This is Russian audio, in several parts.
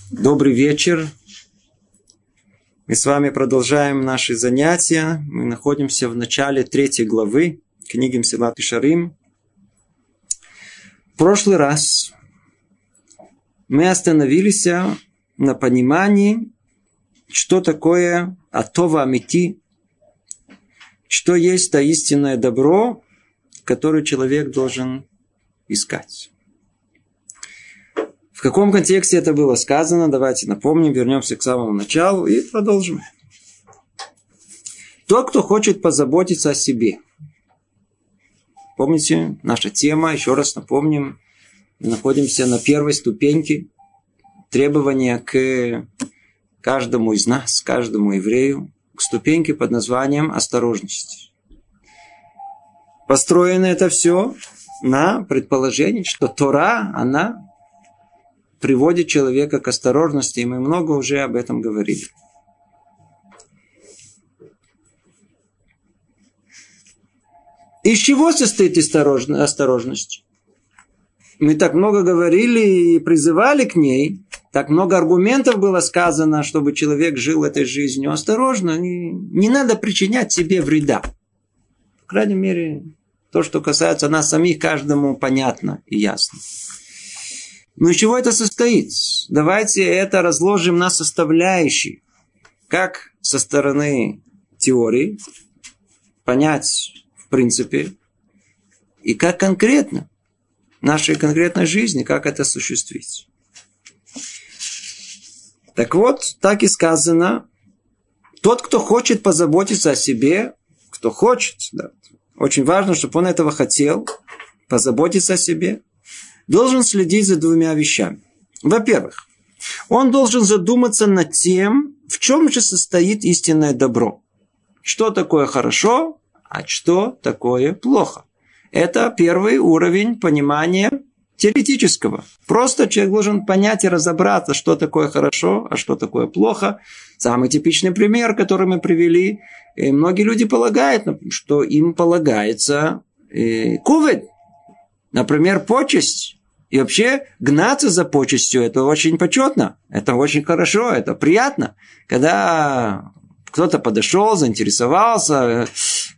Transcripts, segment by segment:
Добрый вечер. Мы с вами продолжаем наши занятия. Мы находимся в начале 3 главы книги Месилат Йешарим. В прошлый раз мы остановились на понимании, что такое атова амити, что есть то истинное добро, которое человек должен искать. В каком контексте это было сказано? Давайте напомним, вернемся к самому началу и продолжим. Тот, кто хочет позаботиться о себе. Помните, наша тема, еще раз напомним, мы находимся на первой ступеньке требования к каждому из нас, каждому еврею, к ступеньке под названием осторожность. Построено это все на предположении, что Тора, она приводит человека к осторожности, и мы много уже об этом говорили. Из чего состоит осторожность? Мы так много говорили и призывали к ней, так много аргументов было сказано, чтобы человек жил этой жизнью осторожно, не надо причинять себе вреда. По крайней мере, то, что касается нас самих, каждому понятно и ясно. Но из чего это состоит? Давайте это разложим на составляющие. Как со стороны теории понять в принципе, и как конкретно в нашей конкретной жизни, как это осуществить. Так вот, так и сказано, тот, кто хочет позаботиться о себе, кто хочет, да, очень важно, чтобы он этого хотел, позаботиться о себе, должен следить за 2 вещами. Во-первых, он должен задуматься над тем, в чем же состоит истинное добро. Что такое хорошо, а что такое плохо. Это первый уровень понимания теоретического. Просто человек должен понять и разобраться, что такое хорошо, а что такое плохо. Самый типичный пример, который мы привели. И многие люди полагают, что им полагается кувет. Например, почесть. И вообще гнаться за почестью – это очень почетно, это очень хорошо, это приятно. Когда кто-то подошел, заинтересовался,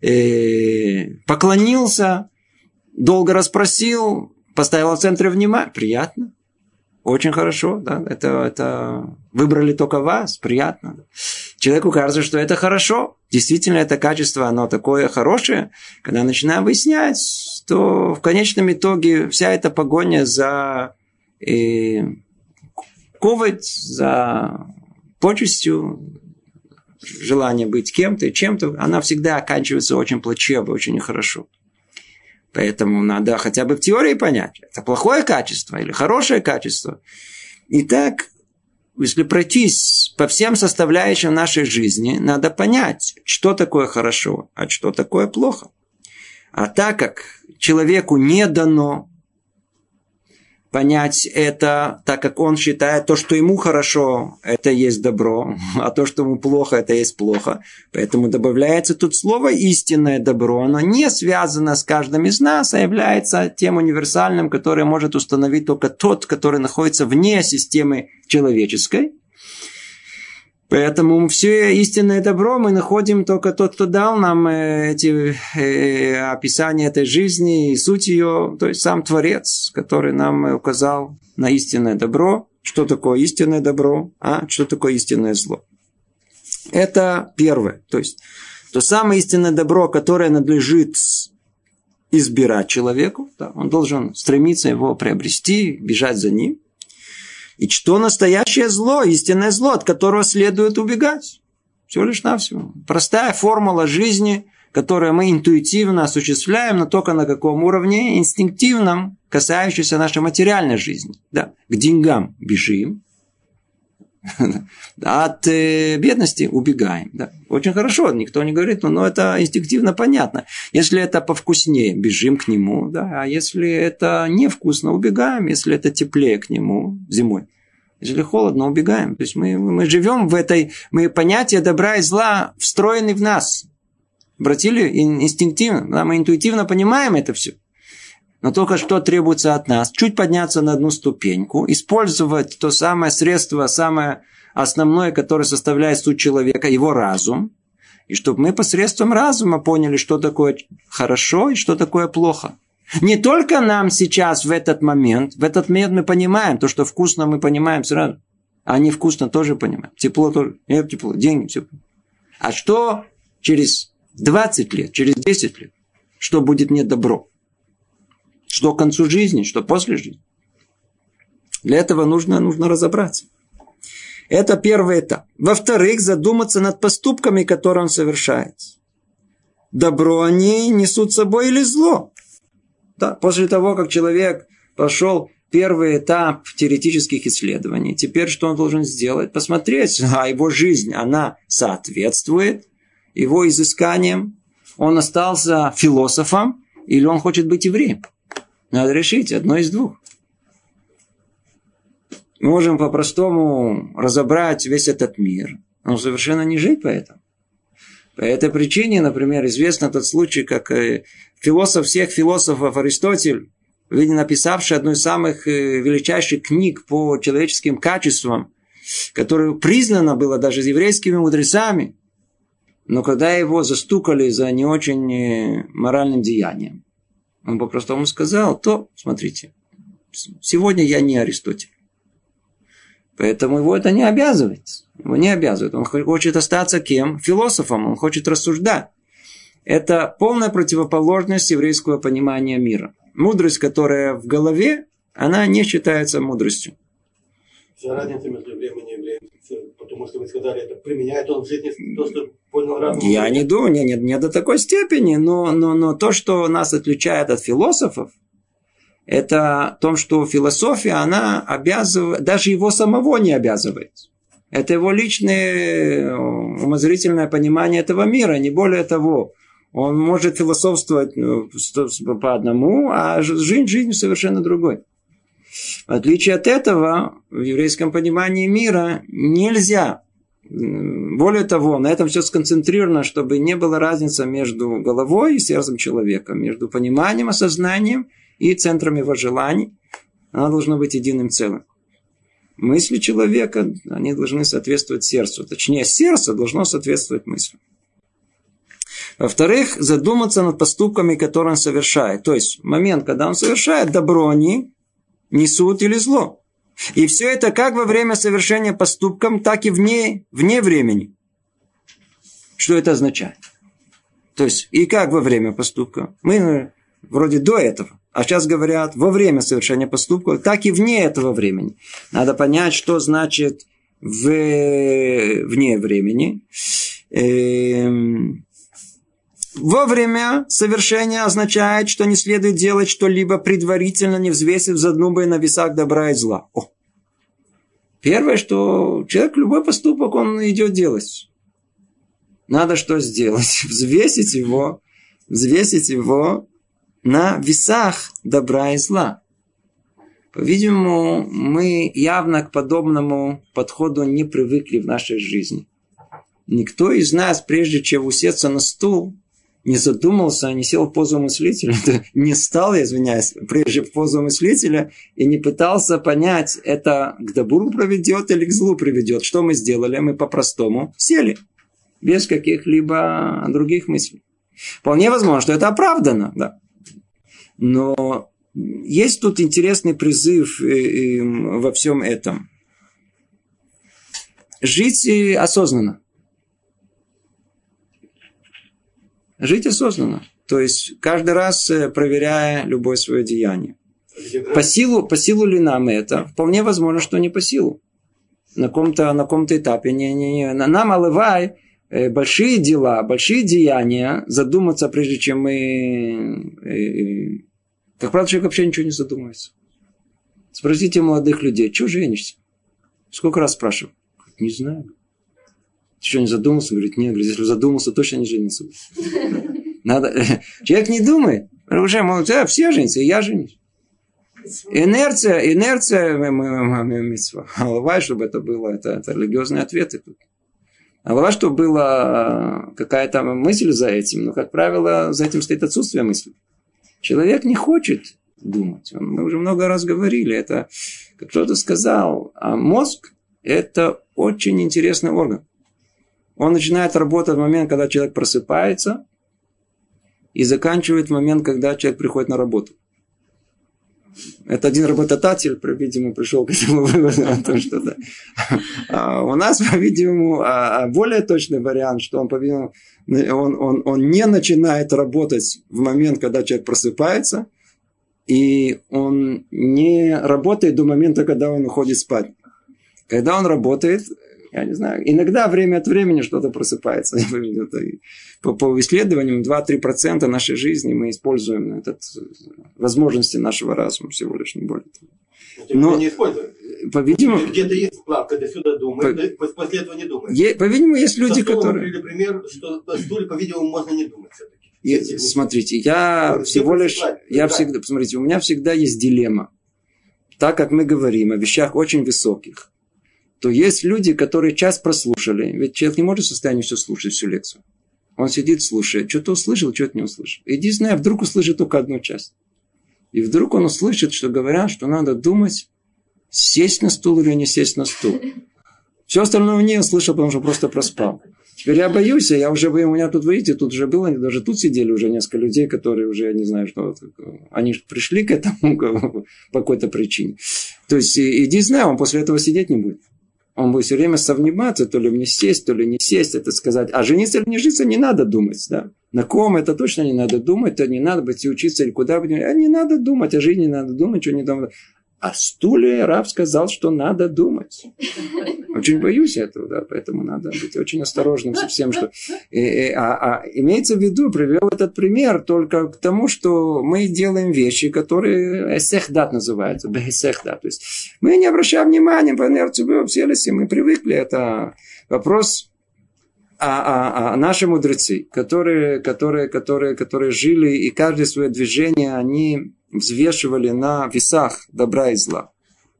поклонился, долго расспросил, поставил в центре внимания – приятно, очень хорошо. Да? Это выбрали только вас, приятно. Человеку кажется, что это хорошо. Действительно, это качество, оно такое хорошее. Когда начинаем выяснять, то в конечном итоге вся эта погоня за ковод, за почестью, желание быть кем-то и чем-то, она всегда оканчивается очень плачевно, очень нехорошо. Поэтому надо хотя бы в теории понять, это плохое качество или хорошее качество. Итак, если пройтись по всем составляющим нашей жизни, надо понять, что такое хорошо, а что такое плохо. А так как человеку не дано понять это, так как он считает, то, что ему хорошо, это есть добро, а то, что ему плохо, это есть плохо. Поэтому добавляется тут слово «истинное добро». Оно не связано с каждым из нас, а является тем универсальным, которое может установить только тот, который находится вне системы человеческой. Поэтому все истинное добро мы находим только тот, кто дал нам эти описания этой жизни и суть ее, то есть сам Творец, который нам указал на истинное добро, что такое истинное добро, а что такое истинное зло. Это первое, то есть то самое истинное добро, которое надлежит избирать человеку, да, он должен стремиться его приобрести, бежать за ним. И что настоящее зло, истинное зло, от которого следует убегать. Всего лишь навсего. Простая формула жизни, которую мы интуитивно осуществляем, но только на каком уровне? Инстинктивном, касающейся нашей материальной жизни. Да. К деньгам бежим, от бедности убегаем. Да. Очень хорошо, никто не говорит, но это инстинктивно понятно. Если это повкуснее, бежим к нему. Да. А если это невкусно, убегаем. Если это теплее, к нему зимой. Если холодно, убегаем. То есть мы живем в этой... понятие добра и зла встроены в нас. Обратили? Инстинктивно. Да, мы интуитивно понимаем это все. Но только что требуется от нас? Чуть подняться на одну ступеньку, использовать то самое средство, самое основное, которое составляет суть человека, его разум. И чтобы мы посредством разума поняли, что такое хорошо и что такое плохо. Не только нам сейчас в этот момент мы понимаем, то, что вкусно, мы понимаем сразу. А невкусно тоже понимаем. Тепло тоже. Нет, тепло. Деньги, все. А что через 20 лет, через 10 лет? Что будет мне добро? Что к концу жизни, что после жизни? Для этого нужно разобраться. Это первый этап. Во-вторых, задуматься над поступками, которые он совершает. Добро они несут с собой или зло? Да, после того, как человек прошел первый этап теоретических исследований, теперь что он должен сделать? Посмотреть, его жизнь, она соответствует его изысканиям. Он остался философом или он хочет быть евреем? Надо решить одно из двух. Мы можем по-простому разобрать весь этот мир, но совершенно не жить по этому. По этой причине, например, известен тот случай, как философ всех философов Аристотель, видно, написавший одну из самых величайших книг по человеческим качествам, которая признана была даже еврейскими мудрецами, но когда его застукали за не очень моральным деянием, он по-простому сказал, смотрите, сегодня я не Аристотель. Поэтому его это не обязывает. Его не обязывает. Он хочет остаться кем? Философом. Он хочет рассуждать. Это полная противоположность еврейского понимания мира. Мудрость, которая в голове, она не считается мудростью. Вся разница между евреем и неевреем. Потому что вы сказали, это применяет он в жизни то, что понял разум. Я не думаю, не до такой степени, но то, что нас отличает от философов, это в том, что философия, она обязывает, даже его самого не обязывает. Это его личное умозрительное понимание этого мира, не более того. Он может философствовать по одному, а жизнь совершенно другой. В отличие от этого, в еврейском понимании мира нельзя. Более того, на этом все сконцентрировано, чтобы не было разницы между головой и сердцем человека, между пониманием, осознанием и центром его желаний. Она должна быть единым целым. Мысли человека, они должны соответствовать сердцу. Точнее, сердце должно соответствовать мыслям. Во-вторых, задуматься над поступками, которые он совершает. То есть, момент, когда он совершает, добро они несут или зло. И все это как во время совершения поступков, так и вне времени. Что это означает? То есть, и как во время поступка. Мы вроде до этого. А сейчас говорят, во время совершения поступков, так и вне этого времени. Надо понять, что значит вне времени. Во время совершения означает, что не следует делать что-либо предварительно, не взвесив задумывая на весах добра и зла. Первое, что человек любой поступок он идет делать. Надо что сделать? Взвесить его на весах добра и зла. По-видимому, мы явно к подобному подходу не привыкли в нашей жизни. Никто из нас, прежде чем усесться на стул, не задумался, не сел в позу мыслителя, не стал, извиняюсь, прежде в позу мыслителя и не пытался понять, это к добру приведет или к злу приведет. Что мы сделали? Мы по-простому сели, без каких-либо других мыслей. Вполне возможно, что это оправдано, да. Но есть тут интересный призыв во всем этом. Жить осознанно. Жить осознанно. То есть, каждый раз проверяя любое свое деяние. По силу ли нам это? Вполне возможно, что не по силу. На каком-то этапе. Нам оливай большие дела, большие деяния задуматься, прежде чем мы... Как правило, человек вообще ничего не задумывается. Спросите молодых людей, что женишься? Сколько раз спрашиваю? Не знаю. Ты что, не задумался? Говорит, нет. Говорит, если задумался, точно не женился. Надо... Человек не думает. Уже все женятся, и я женюсь. Инерция, Аллах, чтобы это было, это религиозные ответы тут. Аллах, чтобы была какая-то мысль за этим, но, как правило, за этим стоит отсутствие мысли. Человек не хочет думать. Мы уже много раз говорили, это, как кто-то сказал, а мозг – это очень интересный орган. Он начинает работать в момент, когда человек просыпается, и заканчивает в момент, когда человек приходит на работу. Это один работодатель, по-видимому, пришел к этому выводу о том, что да. У нас, по-видимому, более точный вариант, что он, по-видимому, он не начинает работать в момент, когда человек просыпается, и он не работает до момента, когда он уходит спать. Когда он работает, я не знаю, иногда время от времени что-то просыпается. По исследованиям 2-3% нашей жизни мы используем возможности нашего разума всего лишь, не более того. Но не используем. По-видимому, где-то есть вкладка, до сюда думаешь, после этого не думаешь. По-видимому, есть люди, которые... Привели пример, что на стуле, по-видимому, можно не думать все-таки. Смотрите, я всего лишь... Смотрите, у меня всегда есть дилемма. Так как мы говорим о вещах очень высоких, то есть люди, которые час прослушали. Ведь человек не может в состоянии все слушать, всю лекцию. Он сидит, слушает. Что-то услышал, что-то не услышал. Единственное, вдруг услышит только одну часть. И вдруг он услышит, что говорят, что надо думать, сесть на стул или не сесть на стул. Все остальное он не услышал, потому что просто проспал. Теперь я боюсь, у меня тут, видите, тут уже было, даже тут сидели уже несколько людей, которые уже, я не знаю, что они пришли к этому по какой-то причине. То есть, единственное, он после этого сидеть не будет. Он будет все время сомневаться, то ли мне сесть, то ли не сесть, это сказать. А жениться или не жениться не надо думать. Да? На ком это точно не надо думать, то не надо быть учиться или куда бы. Не надо думать, о жизни не надо думать, что не надо. О стуле раб сказал, что надо думать. Очень боюсь этого, да, поэтому надо быть очень осторожным со всем, что... имеется в виду, привел этот пример только к тому, что мы делаем вещи, которые эсехдат называются, бехесехдат. То есть мы не обращаем внимания, по инерции обселись, мы привыкли. Это вопрос о наши мудрецы, которые жили, и каждое свое движение они взвешивали на весах добра и зла.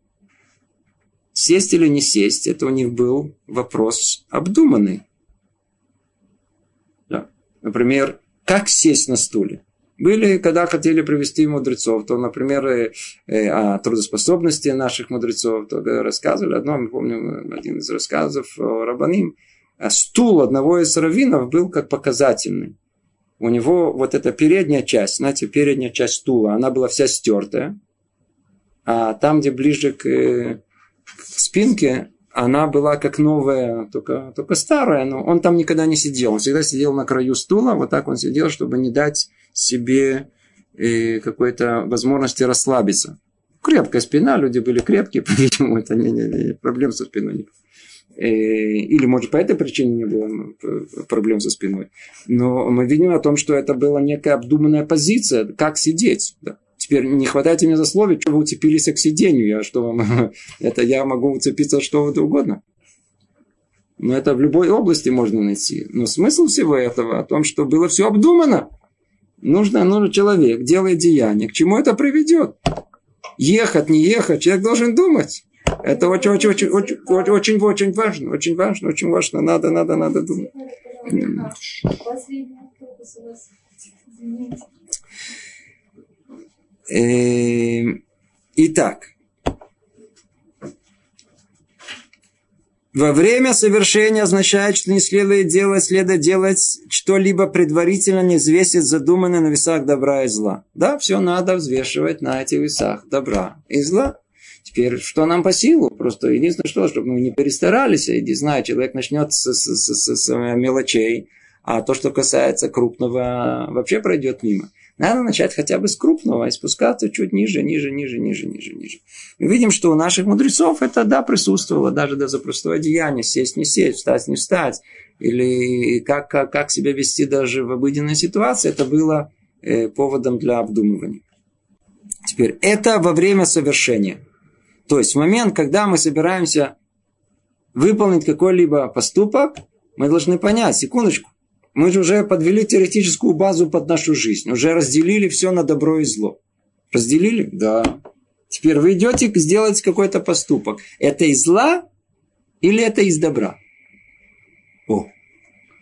Сесть или не сесть, это у них был вопрос обдуманный. Да. Например, как сесть на стуле? Были, когда хотели привести мудрецов, то, например, о трудоспособности наших мудрецов, то рассказывали одно, мы помним, один из рассказов о Рабаним, стул одного из раввинов был как показательный. У него вот эта передняя часть, знаете, передняя часть стула, она была вся стертая. А там, где ближе к спинке, она была как новая, только старая. Но он там никогда не сидел. Он всегда сидел на краю стула. Вот так он сидел, чтобы не дать себе какой-то возможности расслабиться. Крепкая спина, люди были крепкие, по-видимому, это не проблем со спиной не было. Или, может, по этой причине не было проблем со спиной. Но мы видим о том, что это была некая обдуманная позиция, как сидеть. Да. Теперь не хватайте мне за слово, что вы уцепились к сидению. Это я могу уцепиться за что угодно. Но это в любой области можно найти. Но смысл всего этого о том, что было все обдумано. Нужно человек делает деяние. К чему это приведет? Ехать, не ехать, человек должен думать. Это очень важно, очень важно. Надо думать. Итак, во время совершения означает, что не следует делать что-либо предварительно не взвесить задуманное на весах добра и зла. Да, все надо взвешивать на этих весах добра и зла. Теперь, что нам по силу? Просто единственное, чтобы мы не перестарались. Я не знаю, человек начнет с мелочей, а то, что касается крупного, вообще пройдет мимо. Надо начать хотя бы с крупного и спускаться чуть ниже. Мы видим, что у наших мудрецов это, да, присутствовало, даже за простое деяние. Сесть, не сесть, встать, не встать. Или как себя вести даже в обыденной ситуации. Это было поводом для обдумывания. Теперь, это во время совершения. То есть, в момент, когда мы собираемся выполнить какой-либо поступок, мы должны понять, секундочку, мы же уже подвели теоретическую базу под нашу жизнь, уже разделили все на добро и зло. Разделили? Да. Теперь вы идете сделать какой-то поступок. Это из зла или это из добра?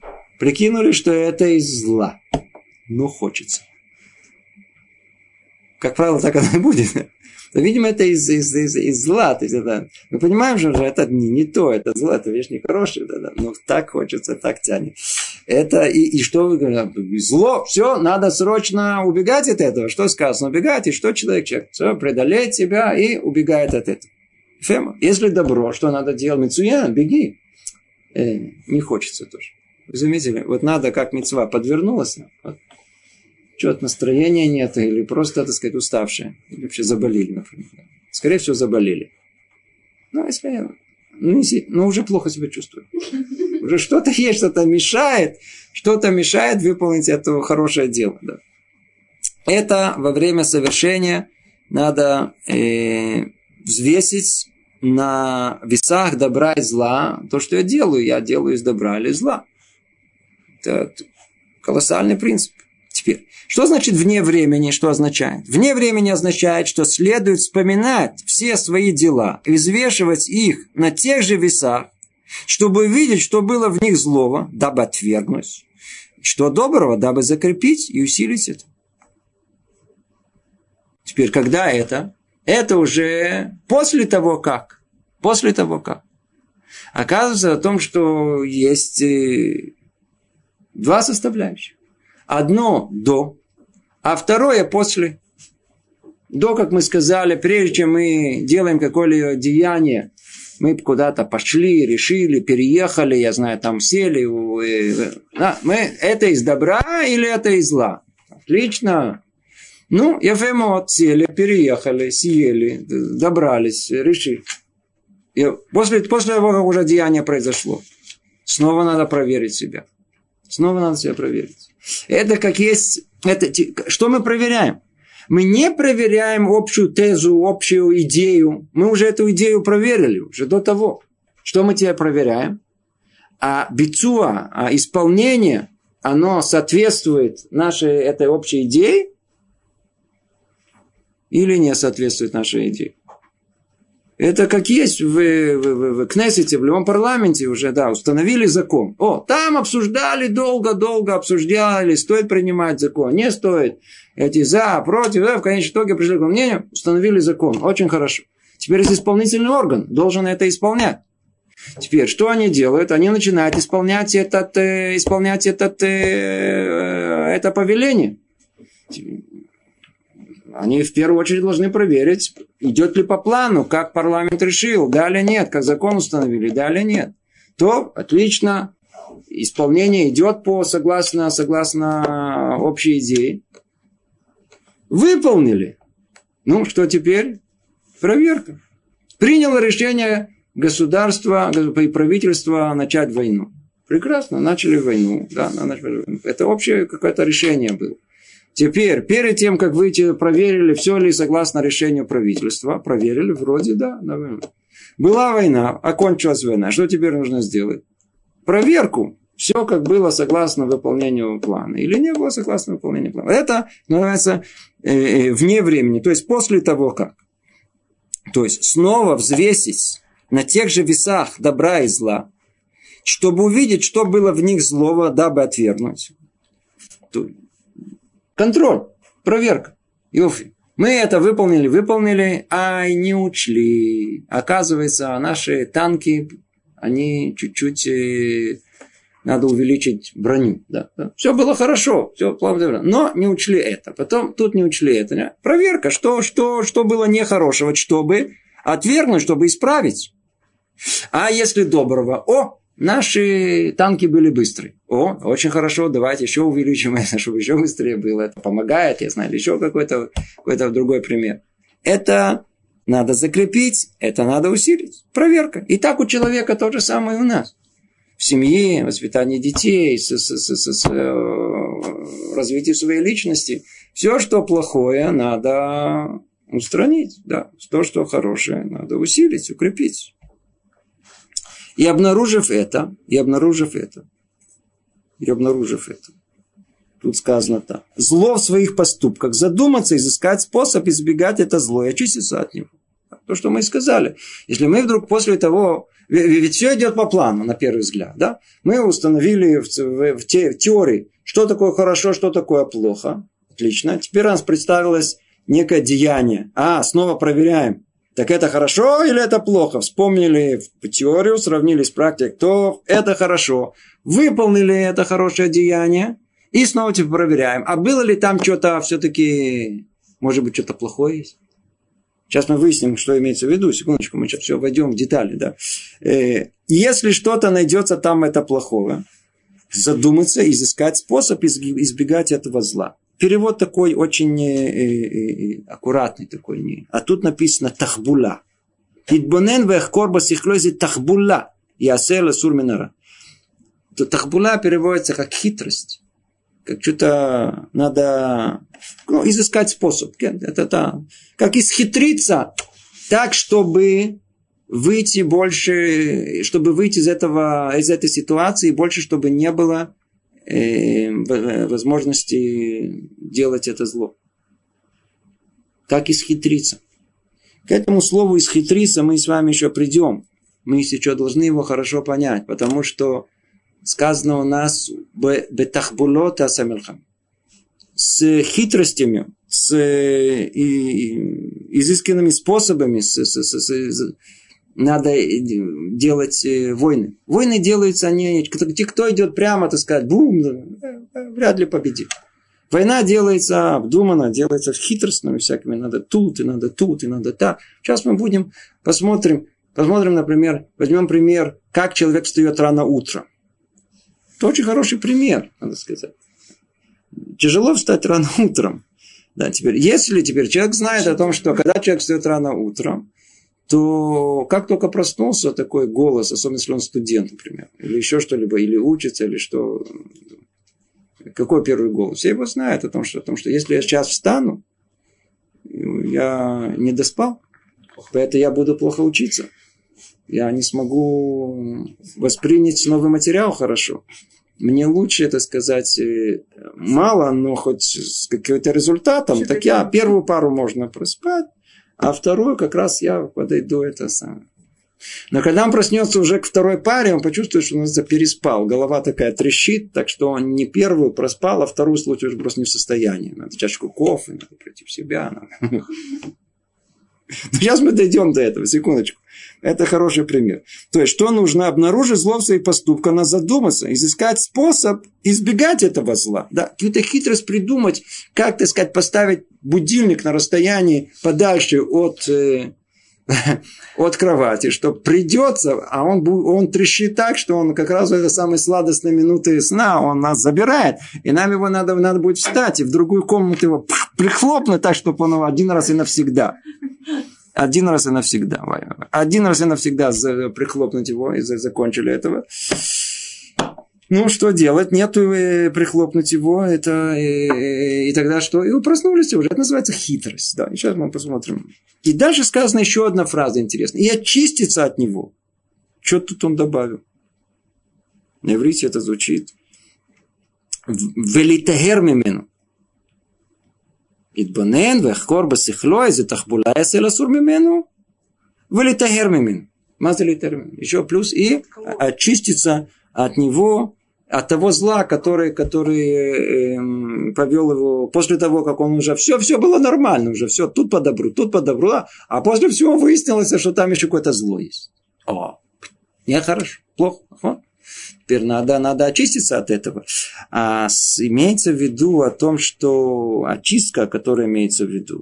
Прикинули, что это из зла. Но хочется. как правило, так оно и будет. Но, видимо, это из зла. То есть это, мы понимаем, что это не то, это зло, это вещь нехорошая. Да. Но так хочется, так тянет. Это и что вы говорите? Зло, все, надо срочно убегать от этого. Что сказано? Убегать, и что человек? Все, преодолеть себя и убегает от этого. Фема. Если добро, что надо делать? Мицуян, беги. Не хочется тоже. Вы заметили? Вот надо, как мицва подвернулась. Вот. Что-то настроения нет, или просто, так сказать, уставшие. Или вообще заболели, например. Скорее всего, заболели. Ну, если... Ну, уже плохо себя чувствую. Уже что-то есть, что-то мешает выполнить это хорошее дело. Да. Это во время совершения надо взвесить на весах добра и зла. То, что я делаю из добра или зла. Это колоссальный принцип. Теперь, что значит вне времени? Что означает? Вне времени означает, что следует вспоминать все свои дела, взвешивать их на тех же весах, чтобы увидеть, что было в них злого, дабы отвергнуть, что доброго, дабы закрепить и усилить это. Теперь, когда это? Это уже после того, как. Оказывается о том, что есть два составляющих. Одно до, а второе после. До, как мы сказали, прежде чем мы делаем какое-либо деяние, мы куда-то пошли, решили, переехали, я знаю, там сели. Мы это из добра или это из зла? Отлично. Ну, ефемот, сели, переехали, съели, добрались, решили. И после того, как уже деяние произошло, снова надо проверить себя. Снова надо себя проверить. Это как есть... что мы проверяем? Мы не проверяем общую тезу, общую идею. Мы уже эту идею проверили, уже до того. Что мы тебя проверяем? А бицуа, исполнение, оно соответствует нашей этой общей идее или не соответствует нашей идее? Это как есть в Кнессете, в любом парламенте уже, да, установили закон. Там обсуждали, долго обсуждали, стоит принимать закон, не стоит. Эти за, против, в конечном итоге пришли к мнению, установили закон. Очень хорошо. Теперь есть исполнительный орган, должен это исполнять. Теперь, что они делают? Они начинают исполнять это повеление. Они в первую очередь должны проверить, идет ли по плану, как парламент решил, да или нет, как закон установили, да или нет. То отлично, исполнение идет согласно общей идее. Выполнили. Ну, что теперь? Проверка. Приняло решение государства и правительства начать войну. Прекрасно, начали войну. Да, это общее какое-то решение было. Теперь, перед тем, как вы проверили, все ли согласно решению правительства, проверили, вроде да. Была война, окончилась война. Что теперь нужно сделать? Проверку. Все, как было согласно выполнению плана. Или не было согласно выполнению плана. Это называется вне времени. То есть, после того, как. То есть, снова взвесить на тех же весах добра и зла, чтобы увидеть, что было в них злого, дабы отвергнуть. Контроль, проверка. Йофи. Мы это выполнили, а не учли. Оказывается, наши танки, они чуть-чуть... Надо увеличить броню. Да. Все было хорошо, все плавно, но не учли это. Потом тут не учли это. Не? Проверка, что было нехорошего, чтобы отвергнуть, чтобы исправить. А если доброго? Наши танки были быстрые. Очень хорошо, давайте еще увеличим это, чтобы еще быстрее было. Это помогает, я знаю, еще какой-то другой пример. Это надо закрепить, это надо усилить. Проверка. И так у человека то же самое и у нас. В семье, воспитании детей, развитии своей личности. Все, что плохое, надо устранить. Да. То, что хорошее, надо усилить, укрепить. И обнаружив это, тут сказано так. Зло в своих поступках. Задуматься, изыскать способ избегать это зло и очиститься от него. То, что мы и сказали. Если мы вдруг после того... Ведь все идет по плану, на первый взгляд. Да? Мы установили в теории, что такое хорошо, что такое плохо. Отлично. Теперь у нас представилась некое деяние. Снова проверяем. Так это хорошо или это плохо? Вспомнили теорию, сравнили с практикой. То это хорошо. Выполнили это хорошее деяние. И снова проверяем. А было ли там что-то все-таки, может быть, что-то плохое есть? Сейчас мы выясним, что имеется в виду. Секундочку, мы сейчас все войдем в детали. Да? Если что-то найдется там это плохого, задуматься, изыскать способ избегать этого зла. Перевод такой очень аккуратный. Такой. А тут написано «тахбула». «Идбонен вехкор басихлози тахбула». «Ясела сур минара». То «тахбула» переводится как «хитрость». Как что-то надо изыскать способ. Это как исхитриться так, чтобы выйти больше, чтобы выйти из этой ситуации, больше, чтобы не было возможности делать это зло. Как исхитриться. К этому слову исхитриться мы с вами еще придем. Мы еще должны его хорошо понять, потому что сказано у нас бетахбулота самилхам. С хитростями, с изысканными способами надо делать войны. Войны делаются они, кто идет прямо, так сказать, бум, вряд ли победит. Война делается обдуманно, делается хитростными всякими. Надо тут, и надо тут, и надо так. Сейчас мы посмотрим, например, возьмем пример, как человек встает рано утром. Это очень хороший пример, надо сказать. Тяжело встать рано утром. Да, если человек знает о том, что когда человек встает рано утром, то как только проснулся такой голос, особенно если он студент, например, или еще что-либо, или учится, или что. Какой первый голос? Все его знают о том, что если я сейчас встану, я не доспал, поэтому я буду плохо учиться. Я не смогу воспринять новый материал хорошо. Мне лучше, это сказать, мало, но хоть с каким-то результатом. Так я первую пару можно проспать, а вторую как раз я подойду это самое. Но когда он проснется уже к второй паре, он почувствует, что он переспал. Голова такая трещит, так что он не первую проспал, а вторую случай уже просто не в состоянии. Надо чашку кофе, надо прийти в себя. Сейчас мы дойдем до этого, секундочку. Это хороший пример. То есть, что нужно? Обнаружить зло в своих поступках, надо задуматься, изыскать способ избегать этого зла. Да? Какую-то хитрость придумать, как, так сказать, поставить будильник на расстоянии подальше от кровати, что придется, а он трещит так, что он как раз в это самые сладостные минуты сна, он нас забирает, и нам его надо будет встать, и в другую комнату его прихлопнуть так, чтобы он один раз и навсегда. Один раз и навсегда прихлопнуть его, и закончили этого. Ну, что делать? Нету прихлопнуть его, и тогда что? И вы проснулись уже. Это называется хитрость. Да, и сейчас мы посмотрим. И дальше сказана еще одна фраза интересная. И очиститься от него. Что тут он добавил? На иврите это звучит. Велитагер мимену. Идбонен, вехкор басихло, из тахбула ясел асур мимену. Велитагер мимену. Мазалитагер мимену. Еще плюс. И очиститься от него, от того зла, который повел его после того, как он уже все было нормально, уже все тут по добру, а после всего выяснилось, что там еще какое-то зло есть. Нехорошо, плохо. Теперь надо очиститься от этого. Имеется в виду о том, что очистка, которая имеется в виду,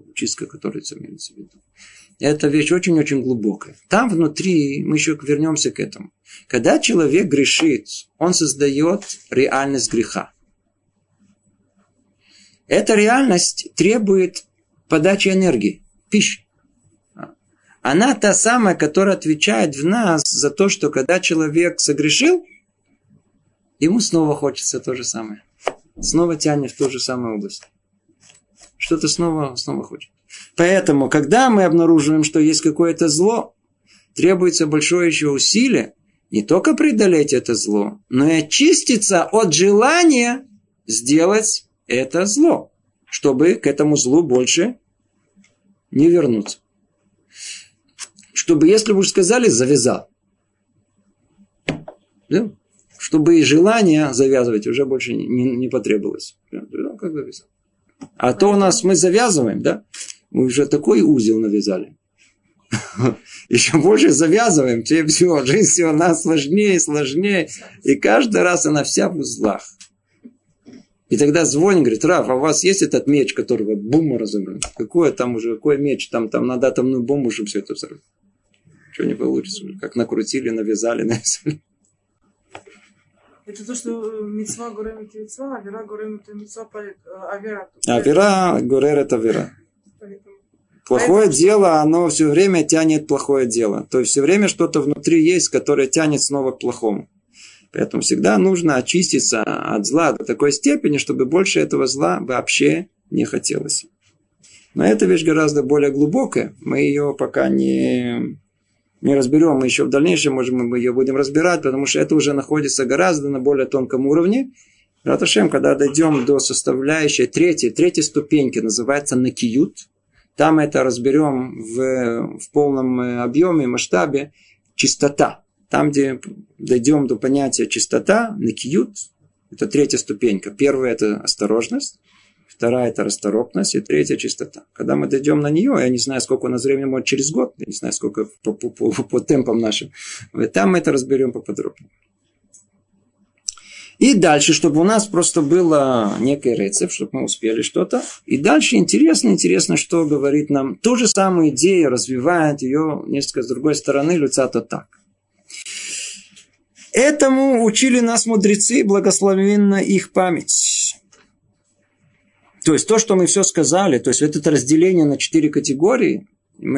это вещь очень-очень глубокая. Там внутри, мы еще вернемся к этому. Когда человек грешит, он создает реальность греха. Эта реальность требует подачи энергии, пищи. Она та самая, которая отвечает в нас за то, что когда человек согрешил, ему снова хочется то же самое. Снова тянет в ту же самую область. Что-то снова хочет. Поэтому, когда мы обнаруживаем, что есть какое-то зло, требуется большое еще усилие не только преодолеть это зло, но и очиститься от желания сделать это зло, чтобы к этому злу больше не вернуться. Чтобы, если бы уж сказали, завязал. Да? Чтобы и желание завязывать уже больше не потребовалось. Как завязал? А то у нас мы завязываем, да? Мы уже такой узел навязали. Еще больше завязываем, чем все. Жизнь все у нас сложнее и сложнее. И каждый раз она вся в узлах. И тогда звонит, говорит: Раф, а у вас есть этот меч, которого бум разобран? Какой меч? Там надо атомную бомбу, чтобы все это взорвать. Ничего не получится. Как накрутили, навязали. Это то, что мицва горемит мицва, авера горемит мицва, авера. Авера горерет авера. Плохое дело, оно все время тянет плохое дело. То есть все время что-то внутри есть, которое тянет снова к плохому. Поэтому всегда нужно очиститься от зла до такой степени, чтобы больше этого зла вообще не хотелось. Но эта вещь гораздо более глубокая. Мы ее пока не разберем. Мы еще в дальнейшем, может, мы ее будем разбирать, потому что это уже находится гораздо на более тонком уровне. Раташем, когда дойдем до составляющей третьей ступеньки, называется накиют. Там это разберем в полном объеме, масштабе. Чистота. Там, где дойдем до понятия чистота, накиют, это третья ступенька. Первая – это осторожность. Вторая – это расторопность. И третья – чистота. Когда мы дойдем на нее, я не знаю, сколько у нас времени, может, через год, я не знаю, сколько по темпам нашим. Там мы это разберем поподробнее. И дальше, чтобы у нас просто было некий рецепт, чтобы мы успели что-то. И дальше интересно, что говорит нам. Ту же самую идею развивает ее несколько с другой стороны, Люцато так. Этому учили нас мудрецы, благословенна их память. То есть то, что мы все сказали, то есть вот это разделение на 4 категории,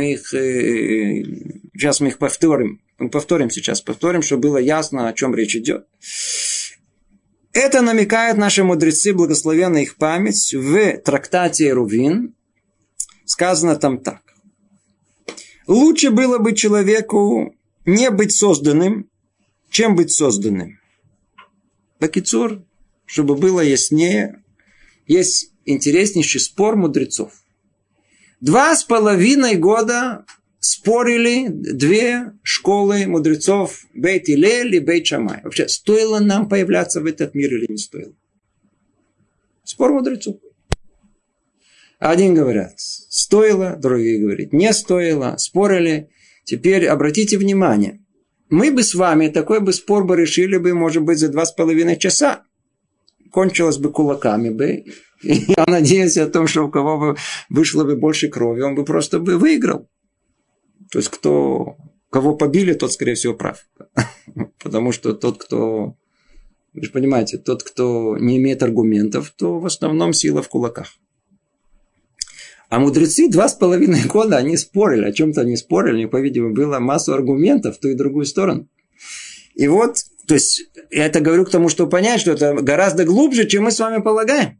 сейчас мы их повторим. Повторим, чтобы было ясно, о чем речь идет. Это намекают наши мудрецы, благословенна их память, в трактате Эрувин. Сказано там так. Лучше было бы человеку не быть созданным, чем быть созданным. Бакицур, чтобы было яснее, есть интереснейший спор мудрецов. 2,5 года спорили 2 школы мудрецов Бейт Илель и Бейт Шамай. Вообще, стоило нам появляться в этот мир или не стоило? Спор мудрецов. Один говорят, стоило, другие говорят, не стоило, спорили. Теперь обратите внимание, мы бы с вами такой бы спор бы решили бы, может быть, за 2,5 часа. Кончилось бы кулаками бы. И я надеюсь о том, что у кого бы вышло бы больше крови, он бы просто бы выиграл. То есть, кого побили, тот, скорее всего, прав. Потому что тот, кто... Вы же понимаете, тот, кто не имеет аргументов, то в основном сила в кулаках. А мудрецы 2,5 года, они спорили, о чем-то они спорили, у них, по-видимому, было массу аргументов в ту и другую сторону. И вот, то есть, я это говорю к тому, чтобы понять, что это гораздо глубже, чем мы с вами полагаем.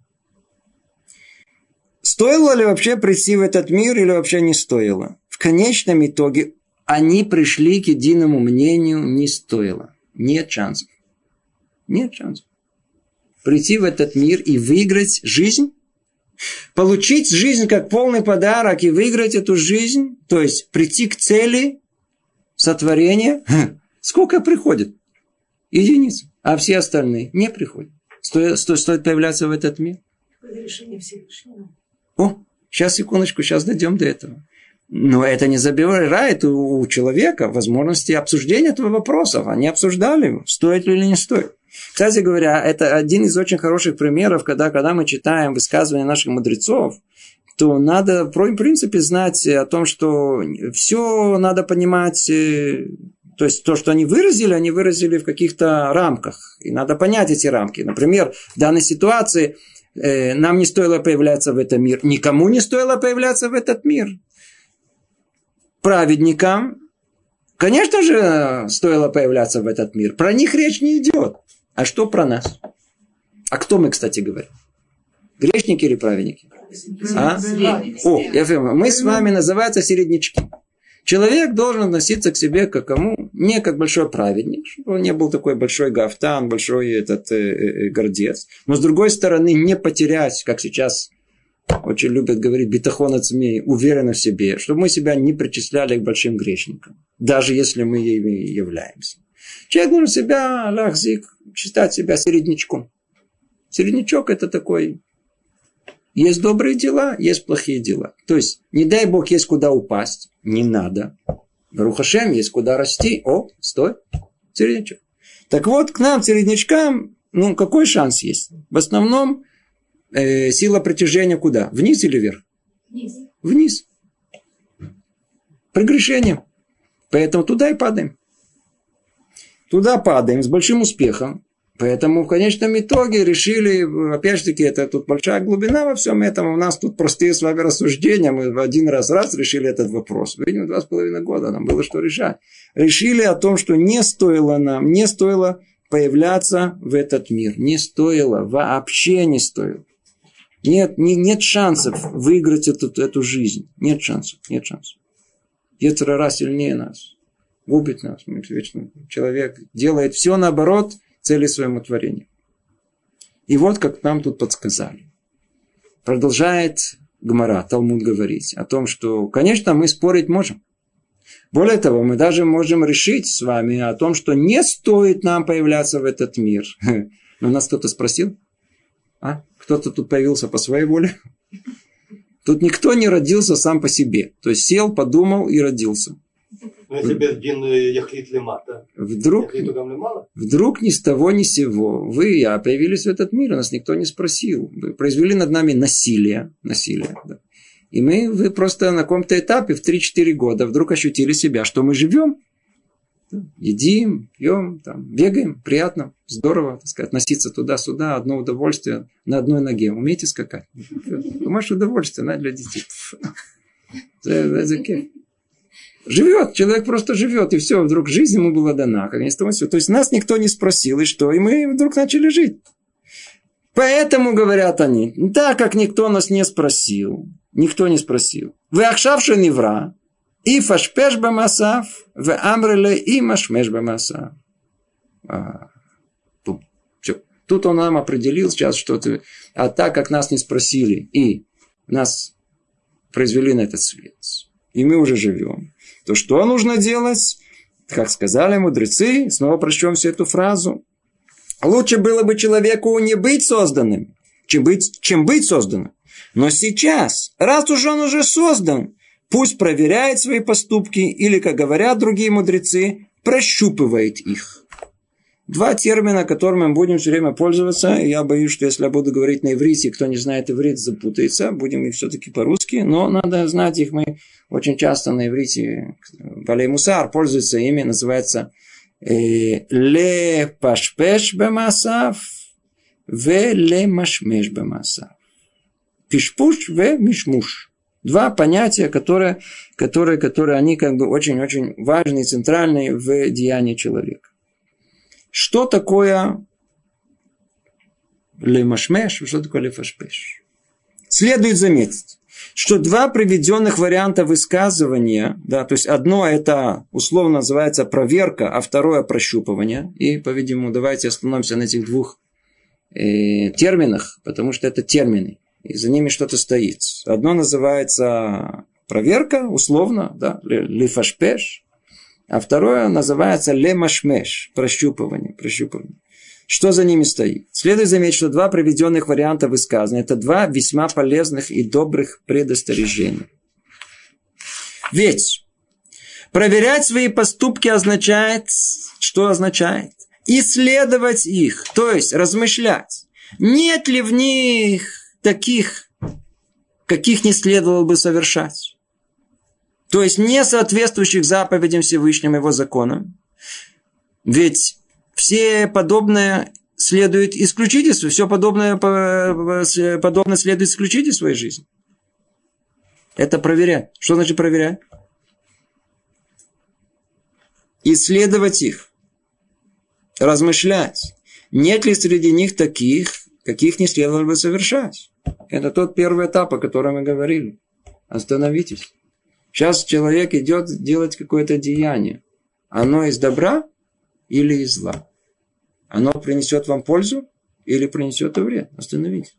Стоило ли вообще прийти в этот мир или вообще не стоило? В конечном итоге они пришли к единому мнению, не стоило. Нет шансов. Нет шансов. Прийти в этот мир и выиграть жизнь, получить жизнь как полный подарок и выиграть эту жизнь, то есть прийти к цели сотворения, сколько приходит? Единиц. А все остальные не приходят. Стоит появляться в этот мир. Решение Всевышнего. О, сейчас, секундочку, сейчас дойдем до этого. Но это не забирает у человека возможности обсуждения этого вопроса. Они обсуждали его, стоит ли или не стоит. Кстати говоря, это один из очень хороших примеров, когда мы читаем высказывания наших мудрецов, то надо, в принципе, знать о том, что все надо понимать, то есть то, что они выразили в каких-то рамках. И надо понять эти рамки. Например, в данной ситуации нам не стоило появляться в этот мир. Никому не стоило появляться в этот мир. Праведникам, конечно же, стоило появляться в этот мир. Про них речь не идет. А что про нас? А кто мы, кстати говоря? Грешники или праведники? Я понимаю. Мы с вами называются середнячки. Человек должен относиться к себе как кому? Не как большой праведник, чтобы он не был такой большой гафтан, большой гордец. Но с другой стороны, не потерять, как сейчас очень любят говорить, битахон от змей, уверенно в себе, чтобы мы себя не причисляли к большим грешникам, даже если мы ими являемся. Человек должен себя, лахзик, считать себя середнячком. Середнячок это такой Есть добрые дела, есть плохие дела. То есть, не дай Бог, есть куда упасть. Не надо. Барух Ашем, есть куда расти. О, стой. Середнячок. Так вот, к нам, середнячкам, какой шанс есть? В основном, сила притяжения куда? Вниз или вверх? Вниз. Вниз. Прегрешением. Поэтому туда и падаем. Туда падаем с большим успехом. Поэтому в конечном итоге решили, опять же таки, это тут большая глубина во всем этом. У нас тут простые с вами рассуждения. Мы в один раз решили этот вопрос. Видимо, 2,5 года нам было что решать. Решили о том, что не стоило появляться в этот мир. Не стоило, вообще не стоило. Нет шансов выиграть эту жизнь. Нет шансов. Йецер ара сильнее нас. Губит нас. Вечно человек делает все наоборот цели своему творению. И вот как нам тут подсказали. Продолжает Гемара, Талмуд говорить о том, что, конечно, мы спорить можем. Более того, мы даже можем решить с вами о том, что не стоит нам появляться в этот мир. Но нас кто-то спросил? Кто-то тут появился по своей воле? Тут никто не родился сам по себе. То есть сел, подумал и родился. Если без дин яхлит лемата. Вдруг ни с того ни с сего вы и я появились в этот мир, нас никто не спросил. Вы произвели над нами насилие. Да. И вы просто на каком-то этапе в 3-4 года вдруг ощутили себя, что мы живем. Едим, пьем, бегаем, приятно, здорово, так сказать, носиться туда-сюда, одно удовольствие на одной ноге. Умеете скакать? Думаешь, удовольствие, для детей. Живет, человек просто живет, и все, вдруг жизнь ему была дана. То есть нас никто не спросил, и что? И мы вдруг начали жить. Поэтому, говорят они, так как никто нас не спросил, вы ахшавши невра, и фашпеш бамасав, в амреле и машмеш бамасав. Тут он нам определил сейчас что-то. А так как нас не спросили, и нас произвели на этот свет, и мы уже живем, то что нужно делать? Как сказали мудрецы, снова прочтем всю эту фразу. Лучше было бы человеку не быть созданным, чем быть созданным. Но сейчас, раз уж он уже создан, пусть проверяет свои поступки или, как говорят другие мудрецы, прощупывает их. Два термина, которыми мы будем все время пользоваться. Я боюсь, что если я буду говорить на иврите, кто не знает иврит, запутается. Будем их все-таки по-русски. Но надо знать их. Мы очень часто на иврите Балей Мусар пользуются ими. Называется ле пашпеш бемасав ве ле машмеш бемасав. Пишпуш ве мишмуш. Два понятия, которые они очень-очень важные и центральные в деянии человека. Что такое лемашмеш, что такое лефашпеш? Следует заметить, что два приведенных варианта высказывания, то есть одно это условно называется проверка, а второе прощупывание. И, по-видимому, давайте остановимся на этих двух терминах, потому что это термины, и за ними что-то стоит. Одно называется проверка, условно, лефашпеш. А второе называется лемашмеш, прощупывание. Что за ними стоит? Следует заметить, что два приведенных варианта высказывания – это два весьма полезных и добрых предостережения. Ведь проверять свои поступки означает, что означает? Исследовать их, то есть размышлять. Нет ли в них таких, каких не следовало бы совершать? То есть не соответствующих заповедям Всевышним его законам. Ведь все подобное следует исключить из все подобное следует исключить из своей жизни. Это проверять. Что значит проверять? Исследовать их. Размышлять. Нет ли среди них таких, каких не следовало бы совершать? Это тот первый этап, о котором мы говорили. Остановитесь. Сейчас человек идет делать какое-то деяние. Оно из добра или из зла? Оно принесет вам пользу или принесет вред? Остановитесь.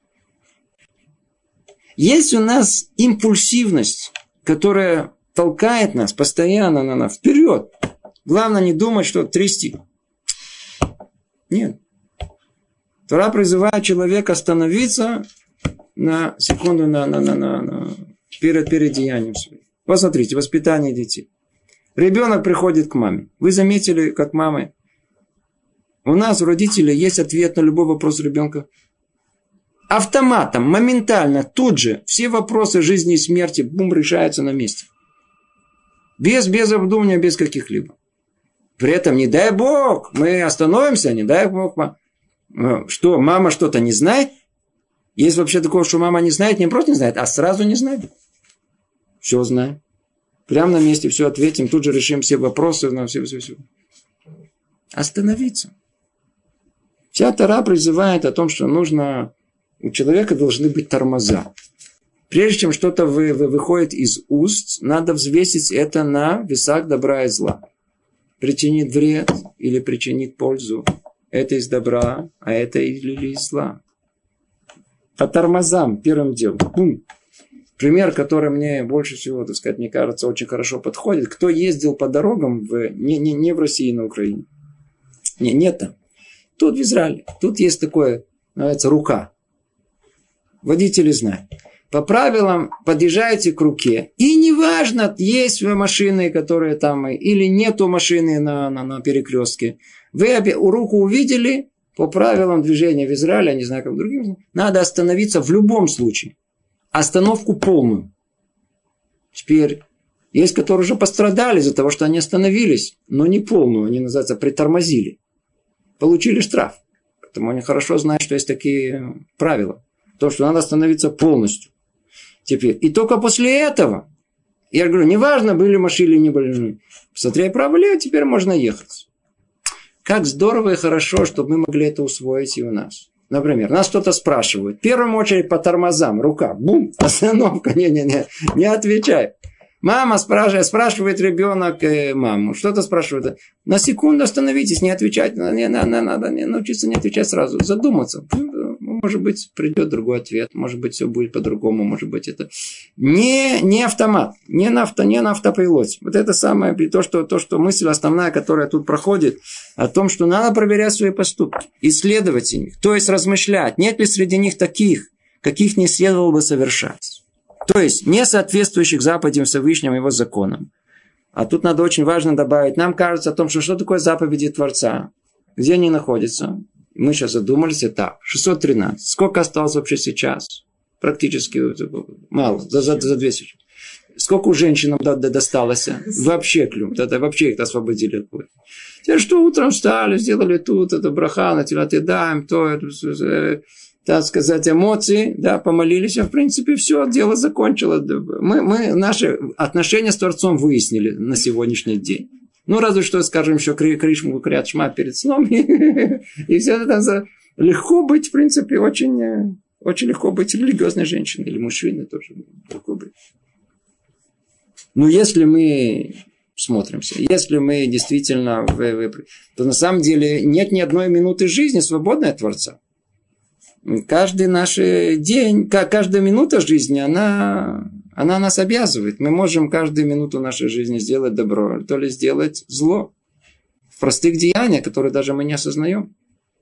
Есть у нас импульсивность, которая толкает нас постоянно вперед. Главное не думать, что трясти. Нет. Тора призывает человека остановиться на секунду перед деянием своим. Посмотрите, воспитание детей. Ребенок приходит к маме. Вы заметили, как мамы? У нас, у родителей, есть ответ на любой вопрос ребенка. Автоматом, моментально, тут же, все вопросы жизни и смерти, бум, решаются на месте. Без обдумывания, без каких-либо. При этом, не дай Бог, мы остановимся, не дай Бог. Что, мама что-то не знает? Есть вообще такое, что мама не знает, не просто не знает, а сразу не знает. Все знаем. Прямо на месте все ответим, тут же решим все вопросы. Все. Остановиться. Вся Тора призывает о том, что нужно... У человека должны быть тормоза. Прежде чем что-то выходит из уст, надо взвесить это на весах добра и зла. Причинит вред или причинит пользу. Это из добра, а это или из зла. По тормозам первым делом. Бум. Пример, который мне больше всего, так сказать, мне кажется, очень хорошо подходит. Кто ездил по дорогам не в России, на Украине. Нет там. Тут в Израиле. Тут есть такое, называется, рука. Водители знают. По правилам подъезжаете к руке. И неважно, есть машины, которые там, или нету машины на перекрестке. Вы руку увидели, по правилам движения в Израиле, я не знаю, как в других, надо остановиться в любом случае. Остановку полную. Теперь, есть, которые уже пострадали из-за того, что они остановились, но не полную, они, называется, притормозили. Получили штраф. Поэтому они хорошо знают, что есть такие правила. То, что надо остановиться полностью. Теперь, и только после этого, я говорю, неважно, были машины или не были. Посмотри, право-лево, теперь можно ехать. Как здорово и хорошо, чтобы мы могли это усвоить и у нас. Например, нас кто-то спрашивает. В первую очередь по тормозам. Рука. Бум. Остановка. Не отвечай. Мама спрашивает ребенок маму. Что-то спрашивает. На секунду остановитесь, не отвечать. Надо научиться не отвечать сразу. Задуматься. Может быть, придет другой ответ. Может быть, все будет по-другому. Может быть, это не автомат. Не на автопилоте. Вот это самое, то, что мысль основная, которая тут проходит, о том, что надо проверять свои поступки. Исследовать их. То есть, размышлять. Нет ли среди них таких, каких не следовало бы совершать. То есть, не соответствующих заповедям Всевышнего и его законам. А тут надо очень важно добавить. Нам кажется о том, что такое заповеди Творца. Где они находятся? Мы сейчас задумались, это 613. Сколько осталось вообще сейчас? Практически мало. За 200. Сколько у женщин досталось? Вообще клюм. Это вообще их освободили. Теперь что утром встали, сделали тут, это браха, на телят едаем, то, это, так сказать, эмоции, да, помолились, а в принципе все, дело закончилось. Мы наши отношения с Творцом выяснили на сегодняшний день. Ну, разве что, скажем, еще Кришму, Крят Шма перед сном. И все это легко быть, в принципе, очень легко быть религиозной женщиной. Или мужчиной тоже легко быть. Но если мы смотримся, если мы действительно, то на самом деле нет ни одной минуты жизни, свободной от Творца. Каждый наш день, каждая минута жизни, она нас обязывает. Мы можем каждую минуту нашей жизни сделать добро, то ли сделать зло. В простых деяниях, которые даже мы не осознаем.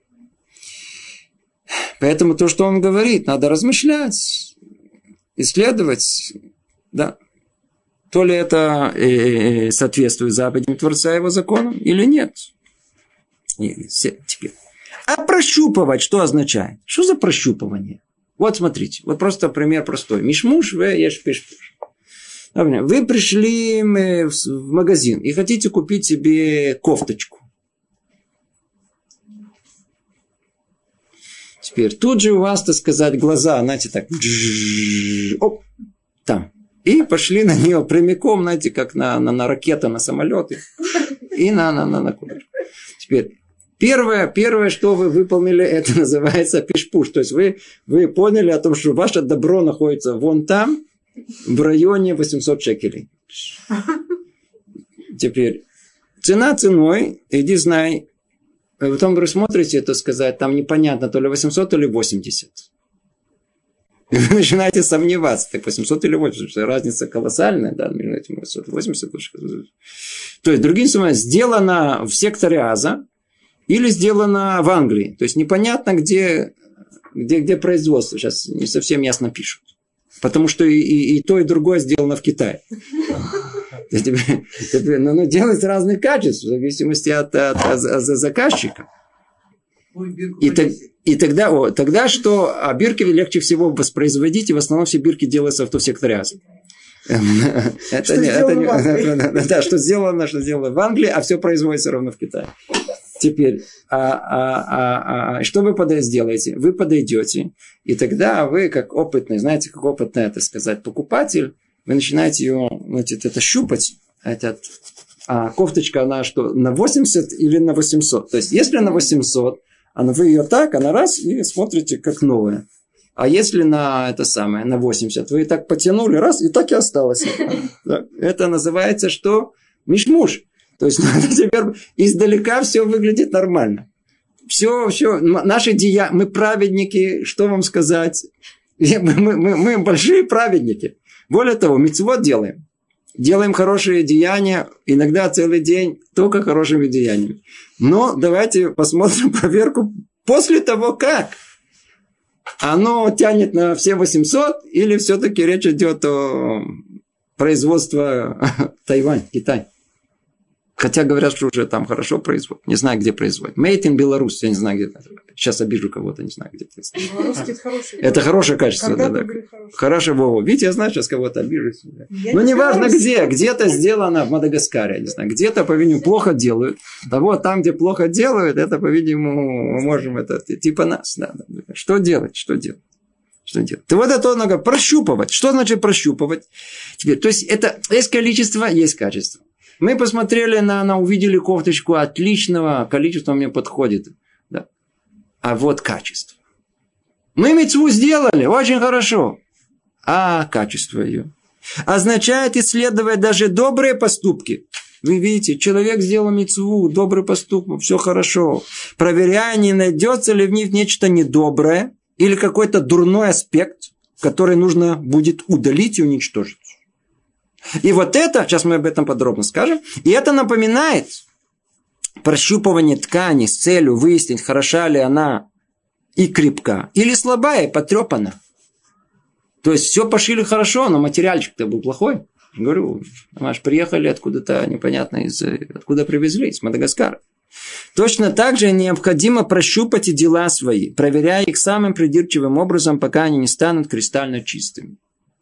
Поэтому то, что он говорит, надо размышлять, исследовать. Да. То ли это соответствует заповедям Творца и его законам, или нет. Теперь. А прощупывать что означает? Что за прощупывание? Вот смотрите, вот просто пример простой. Мишмуш еш пишпуш. Вы пришли в магазин и хотите купить себе кофточку. Теперь тут же у вас, так сказать, глаза, знаете, так, оп, там. И пошли на нее прямиком, знаете, как на ракеты, на самолеты. И на куда. Теперь. Первое, что вы выполнили, это называется пишпуш. То есть вы поняли о том, что ваше добро находится вон там, в районе 800 шекелей. Теперь, цена ценой, иди знай. Потом вы смотрите, это сказать, там непонятно, то ли 800, то ли 80. И вы начинаете сомневаться, так 800 или 80, разница колоссальная, да, между этим 800 и 80. То есть, другим словом, сделано в секторе Аза, или сделано в Англии. То есть, непонятно, где где производство, сейчас не совсем ясно пишут. Потому что и то, и другое сделано в Китае. Но делать разных качеств, в зависимости от заказчика. И тогда что? А бирки легче всего воспроизводить, и в основном все бирки делаются в автосекторе Азии. Да, что сделано в Англии, а все производится ровно в Китае. Теперь, что вы сделаете? Вы подойдете, и тогда вы, как опытный, знаете, как опытный, так сказать, покупатель, вы начинаете ее, значит, это щупать, кофточка, она что, на 80 или на 800? То есть, если на 800, вы ее так, она раз, и смотрите, как новая. А если на 80, вы и так потянули, раз, и так и осталось. Это называется что? Мишмуш. То есть, теперь издалека все выглядит нормально. Все, наши деяния, мы праведники, что вам сказать? Мы большие праведники. Более того, мицвот делаем. Делаем хорошие деяния, иногда целый день только хорошими деяниями. Но давайте посмотрим проверку после того, как оно тянет на все 800, или все-таки речь идет о производстве Тайвань, Китай. Хотя говорят, что уже там хорошо производят. Не знаю, где производят. Made in Belarus, я не знаю, где. Сейчас обижу кого-то, не знаю, где. Это хорошее качество. Да. Хорошее, Вова. Видите, я знаю, сейчас кого-то обижу. Но неважно где. Где-то сделано в Мадагаскаре, я не знаю. Где-то, по-видимому, плохо делают. А вот там, где плохо делают, это, по-видимому, мы можем это типа нас. Да. Что делать? То вот это надо прощупывать. Что значит прощупывать? Теперь, то есть, это есть количество, есть качество. Мы посмотрели увидели кофточку отличного количества, мне подходит. Да. А вот качество. Мы мицву сделали, очень хорошо. А качество ее означает исследовать даже добрые поступки. Вы видите, человек сделал мицву, добрый поступок, все хорошо. Проверяя, не найдется ли в них нечто недоброе или какой-то дурной аспект, который нужно будет удалить и уничтожить. И вот это, сейчас мы об этом подробно скажем, и это напоминает прощупывание ткани с целью выяснить, хороша ли она и крепка, или слабая и потрепана. То есть, все пошили хорошо, но материальчик-то был плохой. Говорю, приехали откуда-то непонятно, откуда привезли, из Мадагаскара. Точно так же необходимо прощупать и дела свои, проверяя их самым придирчивым образом, пока они не станут кристально чистыми.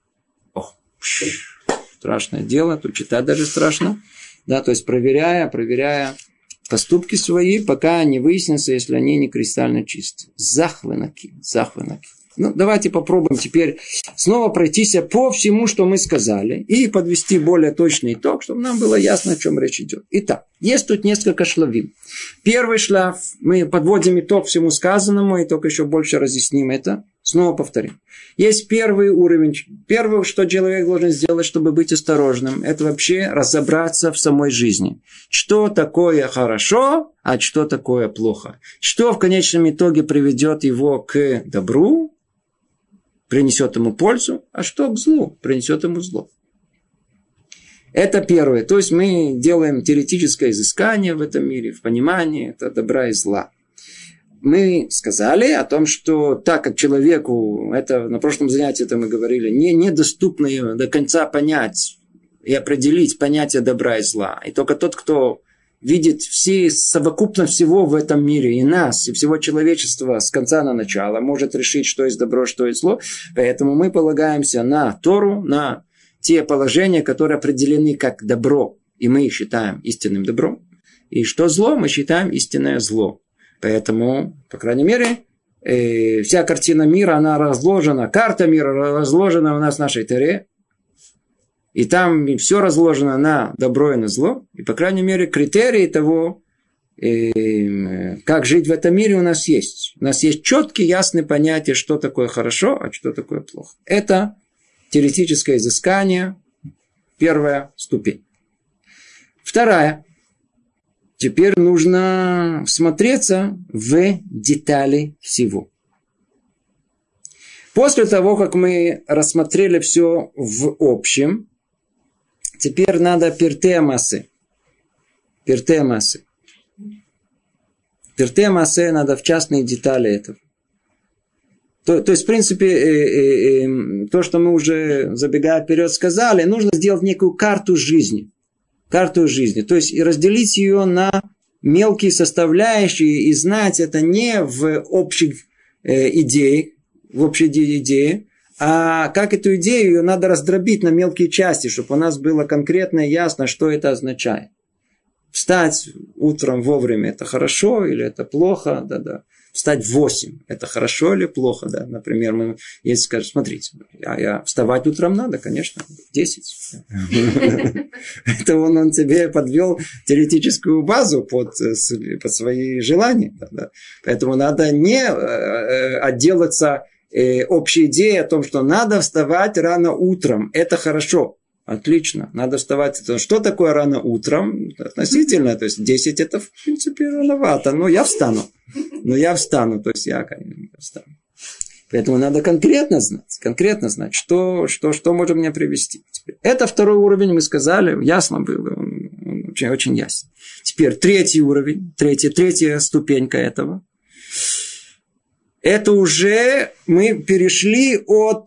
Страшное дело, тут читать даже страшно. Да, то есть, проверяя поступки свои, пока не выяснится, если они не кристально чисты. Захванаки. Давайте попробуем теперь снова пройтись по всему, что мы сказали, и подвести более точный итог, чтобы нам было ясно, о чем речь идет. Итак, есть тут несколько шлавим. Первый шлав, мы подводим итог всему сказанному, и только еще больше разъясним это. Снова повторим. Есть первый уровень. Первое, что человек должен сделать, чтобы быть осторожным, это вообще разобраться в самой жизни. Что такое хорошо, а что такое плохо. Что в конечном итоге приведет его к добру, принесет ему пользу, а что к злу, принесет ему зло. Это первое. То есть мы делаем теоретическое изыскание в этом мире, в понимании это добра и зла. Мы сказали о том, что так как человеку, это на прошлом занятии это мы говорили, недоступно до конца понять и определить понятие добра и зла. И только тот, кто видит совокупно всего в этом мире, и нас, и всего человечества с конца на начало, может решить, что есть добро, что есть зло. Поэтому мы полагаемся на Тору, на те положения, которые определены как добро, и мы их считаем истинным добром. И что зло, мы считаем истинное зло. Поэтому, по крайней мере, вся картина мира, она разложена, карта мира разложена у нас в нашей Торе. И там все разложено на добро и на зло. И, по крайней мере, критерии того, как жить в этом мире у нас есть. У нас есть четкие, ясные понятия, что такое хорошо, а что такое плохо. Это теоретическое изыскание, первая ступень. Вторая. Теперь нужно всмотреться в детали всего. После того, как мы рассмотрели все в общем, теперь надо пиртей маасе. Пиртей маасе надо в частные детали этого. То есть, в принципе, то, что мы уже, забегая вперед, сказали, нужно сделать некую карту жизни. Карту жизни. То есть, и разделить ее на мелкие составляющие и знать это не в общих идеях, а как эту идею ее надо раздробить на мелкие части, чтобы у нас было конкретно и ясно, что это означает. Встать утром вовремя – это хорошо или это плохо? Да-да. Встать в 8 – это хорошо или плохо? Да? Например, мы, если скажем, смотрите, вставать утром надо, конечно, в 10. Это он тебе подвел теоретическую базу под свои желания. Поэтому надо не отделаться общей идеей о том, что надо вставать рано утром. Это хорошо. Отлично. Надо вставать. Что такое рано утром? Относительно. То есть 10 это в принципе рановато. Но я встану. То есть я встану. Поэтому надо конкретно знать, что может меня привести. Теперь, это второй уровень, мы сказали, ясно было. Он очень, очень ясен. Теперь третий уровень, третья ступенька этого. Это уже мы перешли от...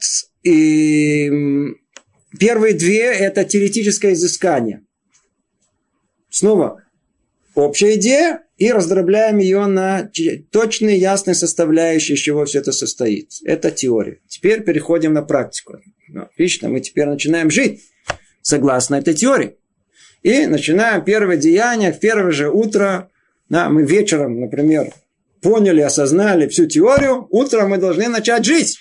Первые две – это теоретическое изыскание. Снова общая идея, и раздробляем ее на точные, ясные составляющие, из чего все это состоит. Это теория. Теперь переходим на практику. Отлично, мы теперь начинаем жить согласно этой теории. И начинаем первое деяние в первое же утро. Мы вечером, например, поняли, осознали всю теорию. Утром мы должны начать жить.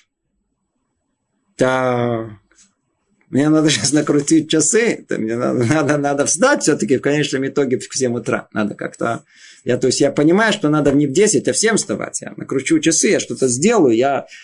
Мне надо сейчас накрутить часы, мне надо встать все-таки в конечном итоге в 7 утра. Надо как-то... То есть я понимаю, что надо не в 10, а в 7 вставать. Я накручу часы, я что-то сделаю,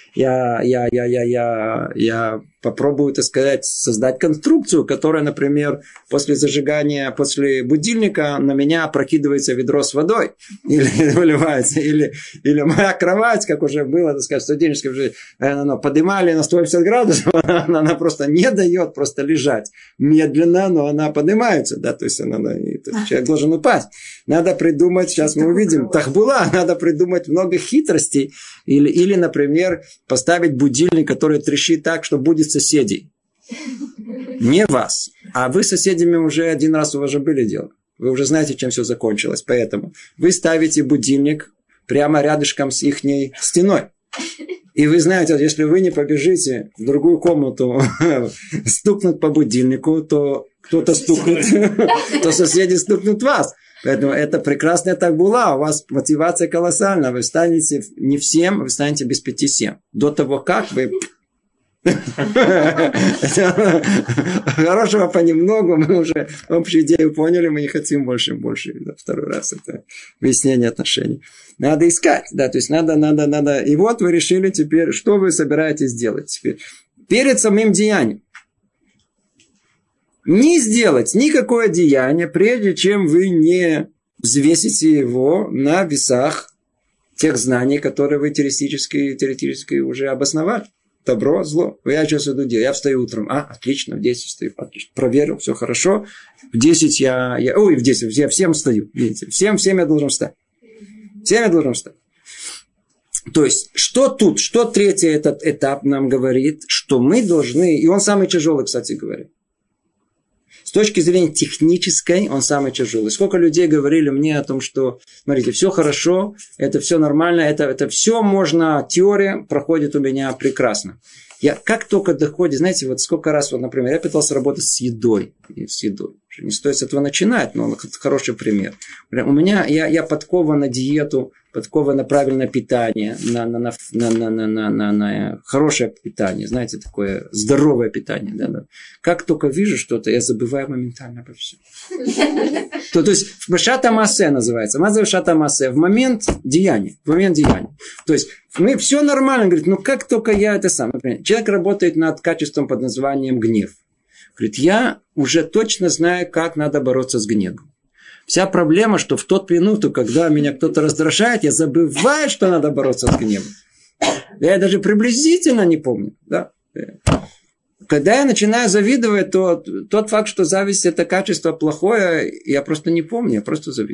я попробую, так сказать, создать конструкцию, которая, например, после зажигания, после будильника на меня опрокидывается ведро с водой. Или выливается. Или моя кровать, как уже было, так сказать, в студенческом жизни, поднимали на 150 градусов, она просто не дает просто лежать. Медленно, но она поднимается. Да? То есть человек должен упасть. Надо придумать, сейчас мы увидим, тахбула, надо придумать много хитростей. Или, например, поставить будильник, который трещит так, что будет соседей. Не вас. А вы с соседями уже один раз у вас же были дела. Вы уже знаете, чем все закончилось. Поэтому вы ставите будильник прямо рядышком с ихней стеной. И вы знаете, если вы не побежите в другую комнату стукнуть по будильнику, то кто-то стукнет, то соседи стукнут вас. Поэтому это прекрасная тахбула. У вас мотивация колоссальная. Вы встанете не в 7, вы встанете без 5-7. До того, как вы... Хорошего понемногу. Мы уже общую идею поняли. Мы не хотим больше. Второй раз это выяснение отношений. Надо искать. Да, то есть надо. И вот вы решили теперь, что вы собираетесь делать теперь. Перед самим деянием. Не сделать никакое деяние, прежде чем вы не взвесите его на весах тех знаний, которые вы теоретически уже обосновали. Добро, зло. Я сейчас иду делать. Я встаю утром. Отлично, в 10 встаю. Отлично. Проверил, все хорошо. В 10 в 10 я в 7 встаю. Видите, в 7 я должен встать. В 7 я должен встать. То есть, что тут? Что третий этот этап нам говорит? Что мы должны... И он самый тяжелый, кстати говоря. С точки зрения технической, он самый тяжелый. Сколько людей говорили мне о том, что, смотрите, все хорошо, это все нормально, это все можно, теория проходит у меня прекрасно. Я как только доходит, знаете, вот сколько раз, вот, например, я пытался работать с едой. Не стоит с этого начинать, но это хороший пример. У меня, я подкован на диету, подкован на правильное питание, на хорошее питание, знаете, такое здоровое питание. Да. Как только вижу что-то, я забываю моментально обо всем. То есть, шата масе называется. Маза шата масе. В момент деяния. То есть, мы все нормально. Говорит, как только я это сам. Например, человек работает над качеством под названием гнев. Говорит, я уже точно знаю, как надо бороться с гневом. Вся проблема, что в тот минуту, когда меня кто-то раздражает, я забываю, что надо бороться с гневом. Я даже приблизительно не помню. Да? Когда я начинаю завидовать, то тот факт, что зависть – это качество плохое, я просто не помню, я просто завидую.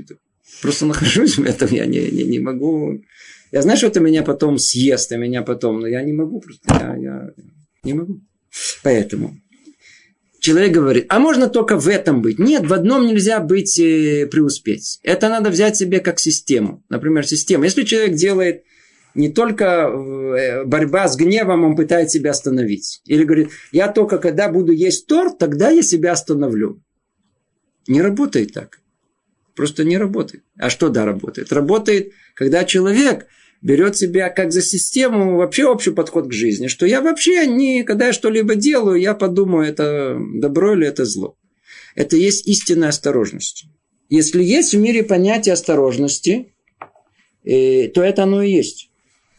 Просто нахожусь в этом, я не могу. Я знаю, что это меня потом съест, но я не могу просто. Я не могу. Поэтому человек говорит, а можно только в этом быть? Нет, в одном нельзя быть, преуспеть. Это надо взять себе как систему. Например, систему. Если человек делает не только борьба с гневом, он пытается себя остановить. Или говорит, я только когда буду есть торт, тогда я себя остановлю. Не работает так. Просто не работает. А что да работает? Работает, когда человек берет себя как за систему, вообще общий подход к жизни. Что я вообще когда я что-либо делаю, я подумаю, это добро или это зло. Это есть истинная осторожность. Если есть в мире понятие осторожности, то это оно и есть.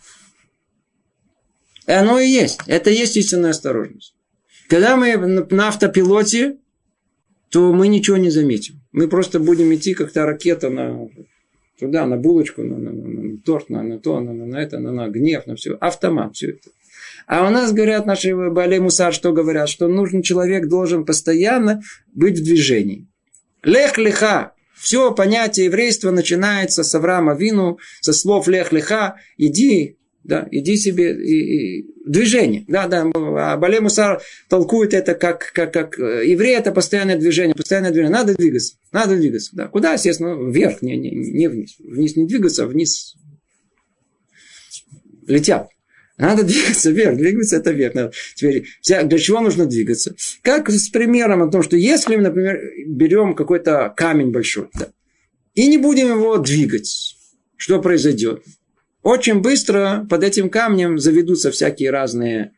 Оно и есть. Это и есть истинная осторожность. Когда мы на автопилоте, то мы ничего не заметим. Мы просто будем идти, как та ракета туда, на булочку, на торт, на то, на это, на гнев, на все. Автомат, все это. А у нас говорят, наши Баалей Мусар, что говорят? Что человек должен постоянно быть в движении. Лех-леха. Все понятие еврейства начинается с Авраама Авину, со слов лех-леха. Иди себе движение. А Баалей Мусар толкует это как еврей, это постоянное движение. Надо двигаться. Да. Куда, естественно, вверх, не вниз. Вниз не двигаться, а вниз летят. Надо двигаться вверх. Двигаться это вверх. Теперь, для чего нужно двигаться? Как с примером о том, что если мы, например, берем какой-то камень большой, и не будем его двигать, что произойдет? Очень быстро под этим камнем заведутся всякие разные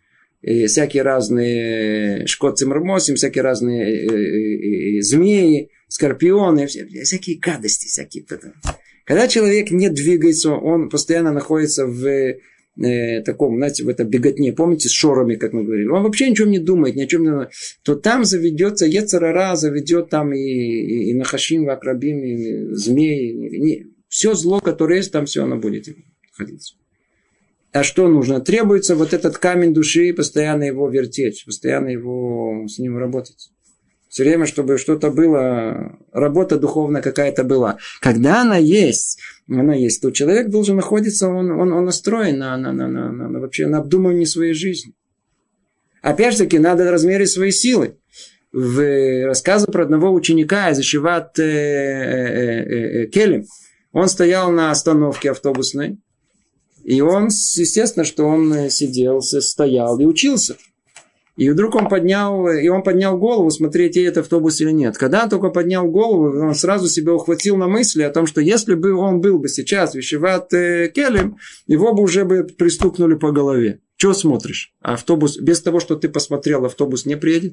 шкот-цимрмосим, всякие разные змеи, скорпионы, всякие гадости. Когда человек не двигается, он постоянно находится в таком, знаете, в этой беготне. Помните, с шорами, как мы говорили. Он вообще ничего не думает, ни о чем не думает. То там заведется Йецер ара, заведет там и нахашим, и акрабим, и змеи. Все зло, которое есть, там все оно будет находиться. А что нужно? Требуется вот этот камень души, постоянно его вертеть, постоянно с ним работать. Все время, чтобы что-то было, работа духовная какая-то была. Когда она есть, то человек должен находиться, он настроен вообще на обдумывание своей жизни. Опять же таки, надо размерить свои силы. В рассказе про одного ученика из Ешиват Келем, он стоял на остановке автобусной, и он, естественно, что он сидел, стоял и учился. И вдруг он поднял голову, смотреть, едет автобус или нет. Когда он только поднял голову, он сразу себя ухватил на мысли о том, что если бы он был бы сейчас в Ешиват Келем, его бы уже пристукнули по голове. Чего смотришь? А автобус, без того, что ты посмотрел, автобус не приедет?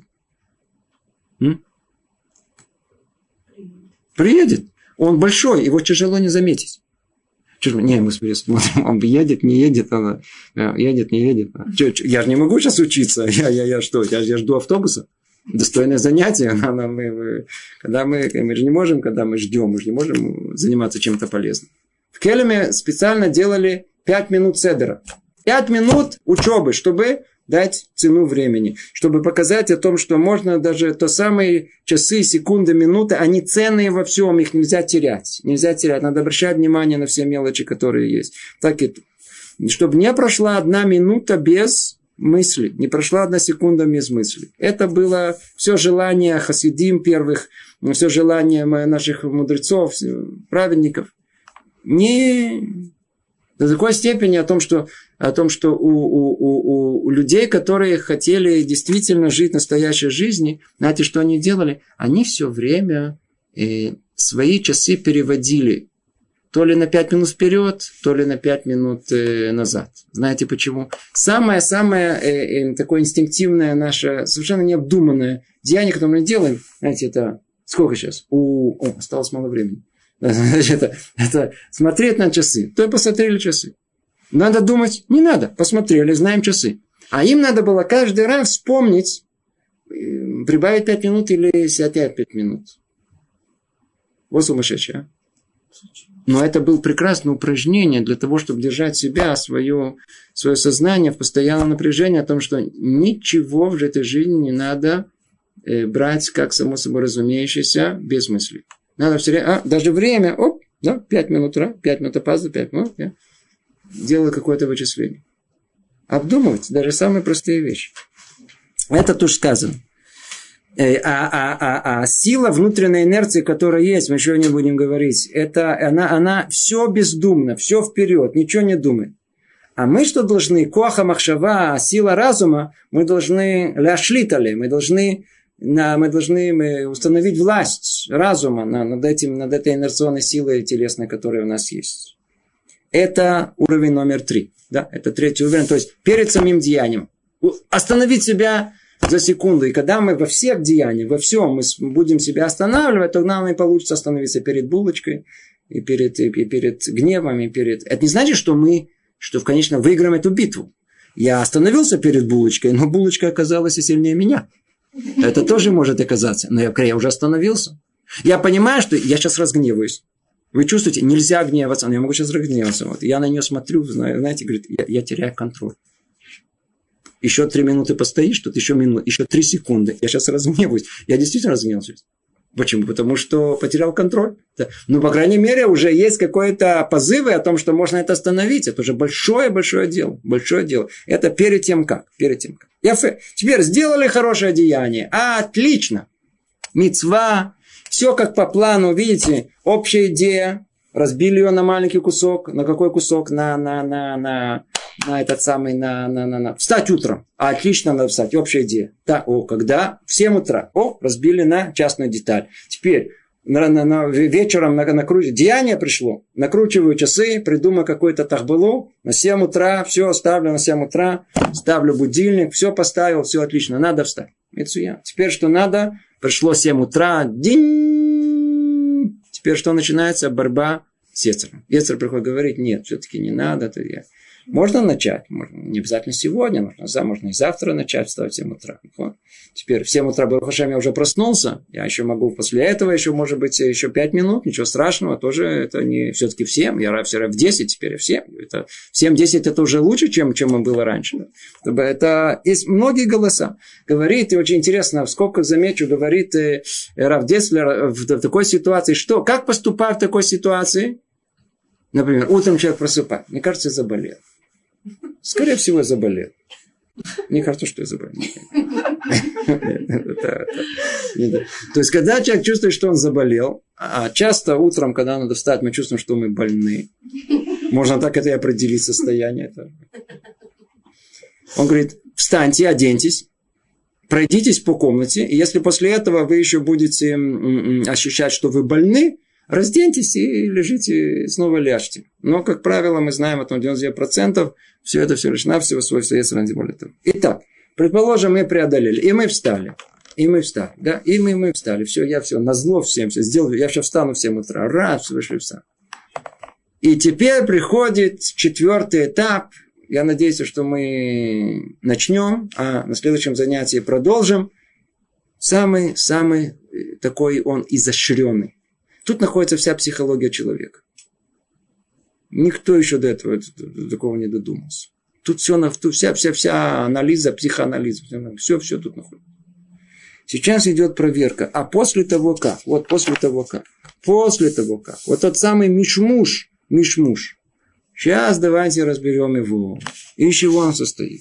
Приедет. Он большой, его тяжело не заметить. Мы смотрим, он едет, не едет, едет, не едет. Я же не могу сейчас учиться. Я жду автобуса. Достойное занятие. Мы же не можем, когда мы ждем, мы же не можем заниматься чем-то полезным. В Келеме специально делали 5 минут седера. 5 минут учебы, чтобы дать цену времени. Чтобы показать о том, что можно даже то самые часы, секунды, минуты, они ценные во всем, их нельзя терять. Надо обращать внимание на все мелочи, которые есть. Так и чтобы не прошла 1 минута без мысли. Не прошла 1 секунда без мысли. Это было все желание хасидим первых, все желание наших мудрецов, праведников. Не до такой степени о том, что у людей, которые хотели действительно жить настоящей жизнью, знаете, что они делали? Они все время свои часы переводили то ли на 5 минут вперед, то ли на 5 минут назад. Знаете почему? Самое такое инстинктивное наше, совершенно необдуманное деяние, которое мы делаем, знаете, это сколько сейчас? Осталось мало времени. Это смотреть на часы. То и посмотрели часы. Надо думать, не надо. Посмотрели, знаем часы. А им надо было каждый раз вспомнить, прибавить 5 минут или снять 5 минут. Вот сумасшедший, а? Но это было прекрасное упражнение для того, чтобы держать себя, свое сознание в постоянном напряжении о том, что ничего в этой жизни не надо брать как само собой разумеющееся без мысли. Надо все время, даже время, Да, 5 минут, 5 минут опаздываю, 5 минут, я делаю какое-то вычисление. Обдумывать даже самые простые вещи. Это тоже сказано. Сила внутренней инерции, которая есть, мы еще не будем говорить, это она все бездумно, все вперед, ничего не думает. А мы что должны? Коаха махшава, сила разума, мы должны ляшлитали, мы должны установить власть разума над этой инерционной силой телесной, которая у нас есть. Это уровень номер 3. Да? Это 3-й уровень. То есть перед самим деянием. Остановить себя за секунду. И когда мы во всех деяниях, во всем мы будем себя останавливать, тогда нам и получится остановиться перед булочкой, и перед гневом, и перед... Это не значит, что мы в конечном выиграем эту битву. Я остановился перед булочкой, но булочка оказалась и сильнее меня. Это тоже может оказаться. Но я уже остановился. Я понимаю, что я сейчас разгневаюсь. Вы чувствуете, нельзя гневаться, но я могу сейчас разгневаться. Вот. Я на нее смотрю, знаете, говорит, я теряю контроль. Еще 3 минуты постоишь, тут еще 3 секунды. Я сейчас разгневаюсь. Я действительно разгневался. Почему? Потому что потерял контроль. Да. Ну, по крайней мере, уже есть какое-то позывы о том, что можно это остановить. Это уже большое-большое дело. Большое дело. Это перед тем как. Теперь сделали хорошее деяние. Отлично. Мицва. Все как по плану. Видите, общая идея. Разбили ее на маленький кусок. На какой кусок? На этот самый, встать утром. Отлично, надо встать. Общая идея. Да, когда? В 7 утра. Разбили на частную деталь. Теперь, вечером деяние пришло. Накручиваю часы, придумаю какой-то тахбалу. На 7 утра, все, ставлю на 7 утра. Ставлю будильник, все поставил, все отлично. Надо встать. Мицуя. Теперь что надо? Пришло 7 утра. Динь! Теперь что начинается? Борьба с Ецером. Ецер приходит говорить, нет, все-таки не надо. Можно начать, не обязательно сегодня, можно и завтра начать вставать в 7 утра. Вот. Теперь в 7 утра, Барух Ашем, я уже проснулся, я еще могу после этого, еще, может быть, еще 5 минут, ничего страшного, тоже это не все-таки в 7, я вчера в 10, теперь в 7. Это, в 7-10 это уже лучше, чем было раньше. Это есть многие голоса. Говорит, и очень интересно, в скобках замечу, говорит Рав Деслер в такой ситуации, как поступать в такой ситуации? Например, утром человек просыпает, мне кажется, заболел. Скорее всего, я заболел. Мне кажется, что я заболел. То есть, когда человек чувствует, что он заболел, а часто утром, когда надо встать, мы чувствуем, что мы больны. Можно так это и определить состояние. Он говорит, встаньте, оденьтесь, пройдитесь по комнате, и если после этого вы еще будете ощущать, что вы больны, разденьтесь и лежите, снова ляжьте. Но, как правило, мы знаем, это 99%, все это все лишь навсего свой союз ради более того. Итак, предположим, мы преодолели, и мы встали. Да? И мы встали. Я все, назло всем все сделал. Я сейчас встану в 7 утра. Раз, вышли встал. И теперь приходит 4-й этап. Я надеюсь, что мы начнем, а на следующем занятии продолжим. Самый такой он изощренный. Тут находится вся психология человека. Никто еще до этого такого не додумался. Тут вся анализа, психоанализ. Все тут находится. Сейчас идет проверка. А после того как? Вот после того как. Вот тот самый мишмуш. Сейчас давайте разберем его. Из чего он состоит.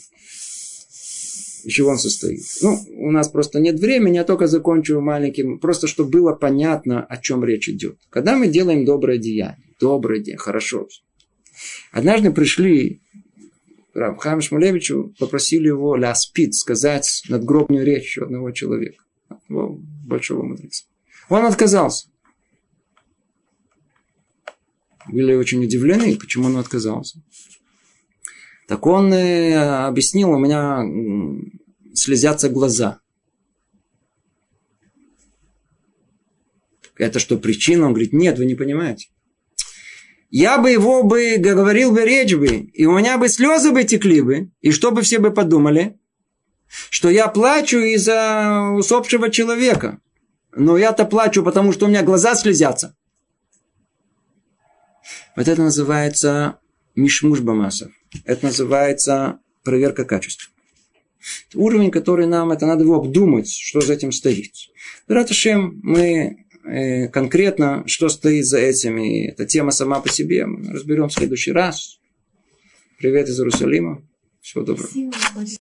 Ну, у нас просто нет времени, я только закончу маленьким, просто чтобы было понятно, о чем речь идет. Когда мы делаем доброе деяние, хорошо. Однажды пришли к Рав Хаиму Шмулевичу, попросили его ляспид, сказать надгробную речь одного человека, большого мудреца. Он отказался. Были очень удивлены, почему он отказался. Так он объяснил, у меня слезятся глаза. Это что, причина? Он говорит, нет, вы не понимаете. Я бы его говорил бы речь бы, и у меня бы слезы бы текли бы, и что бы все бы подумали, что я плачу из-за усопшего человека. Но я-то плачу, потому что у меня глаза слезятся. Вот это называется мишмуш бамасов. Это называется проверка качества. Уровень, который нам, это надо его обдумать, что за этим стоит. Рат Ашем, мы конкретно, что стоит за этим, и эта тема сама по себе, мы разберем в следующий раз. Привет из Иерусалима. Всего доброго.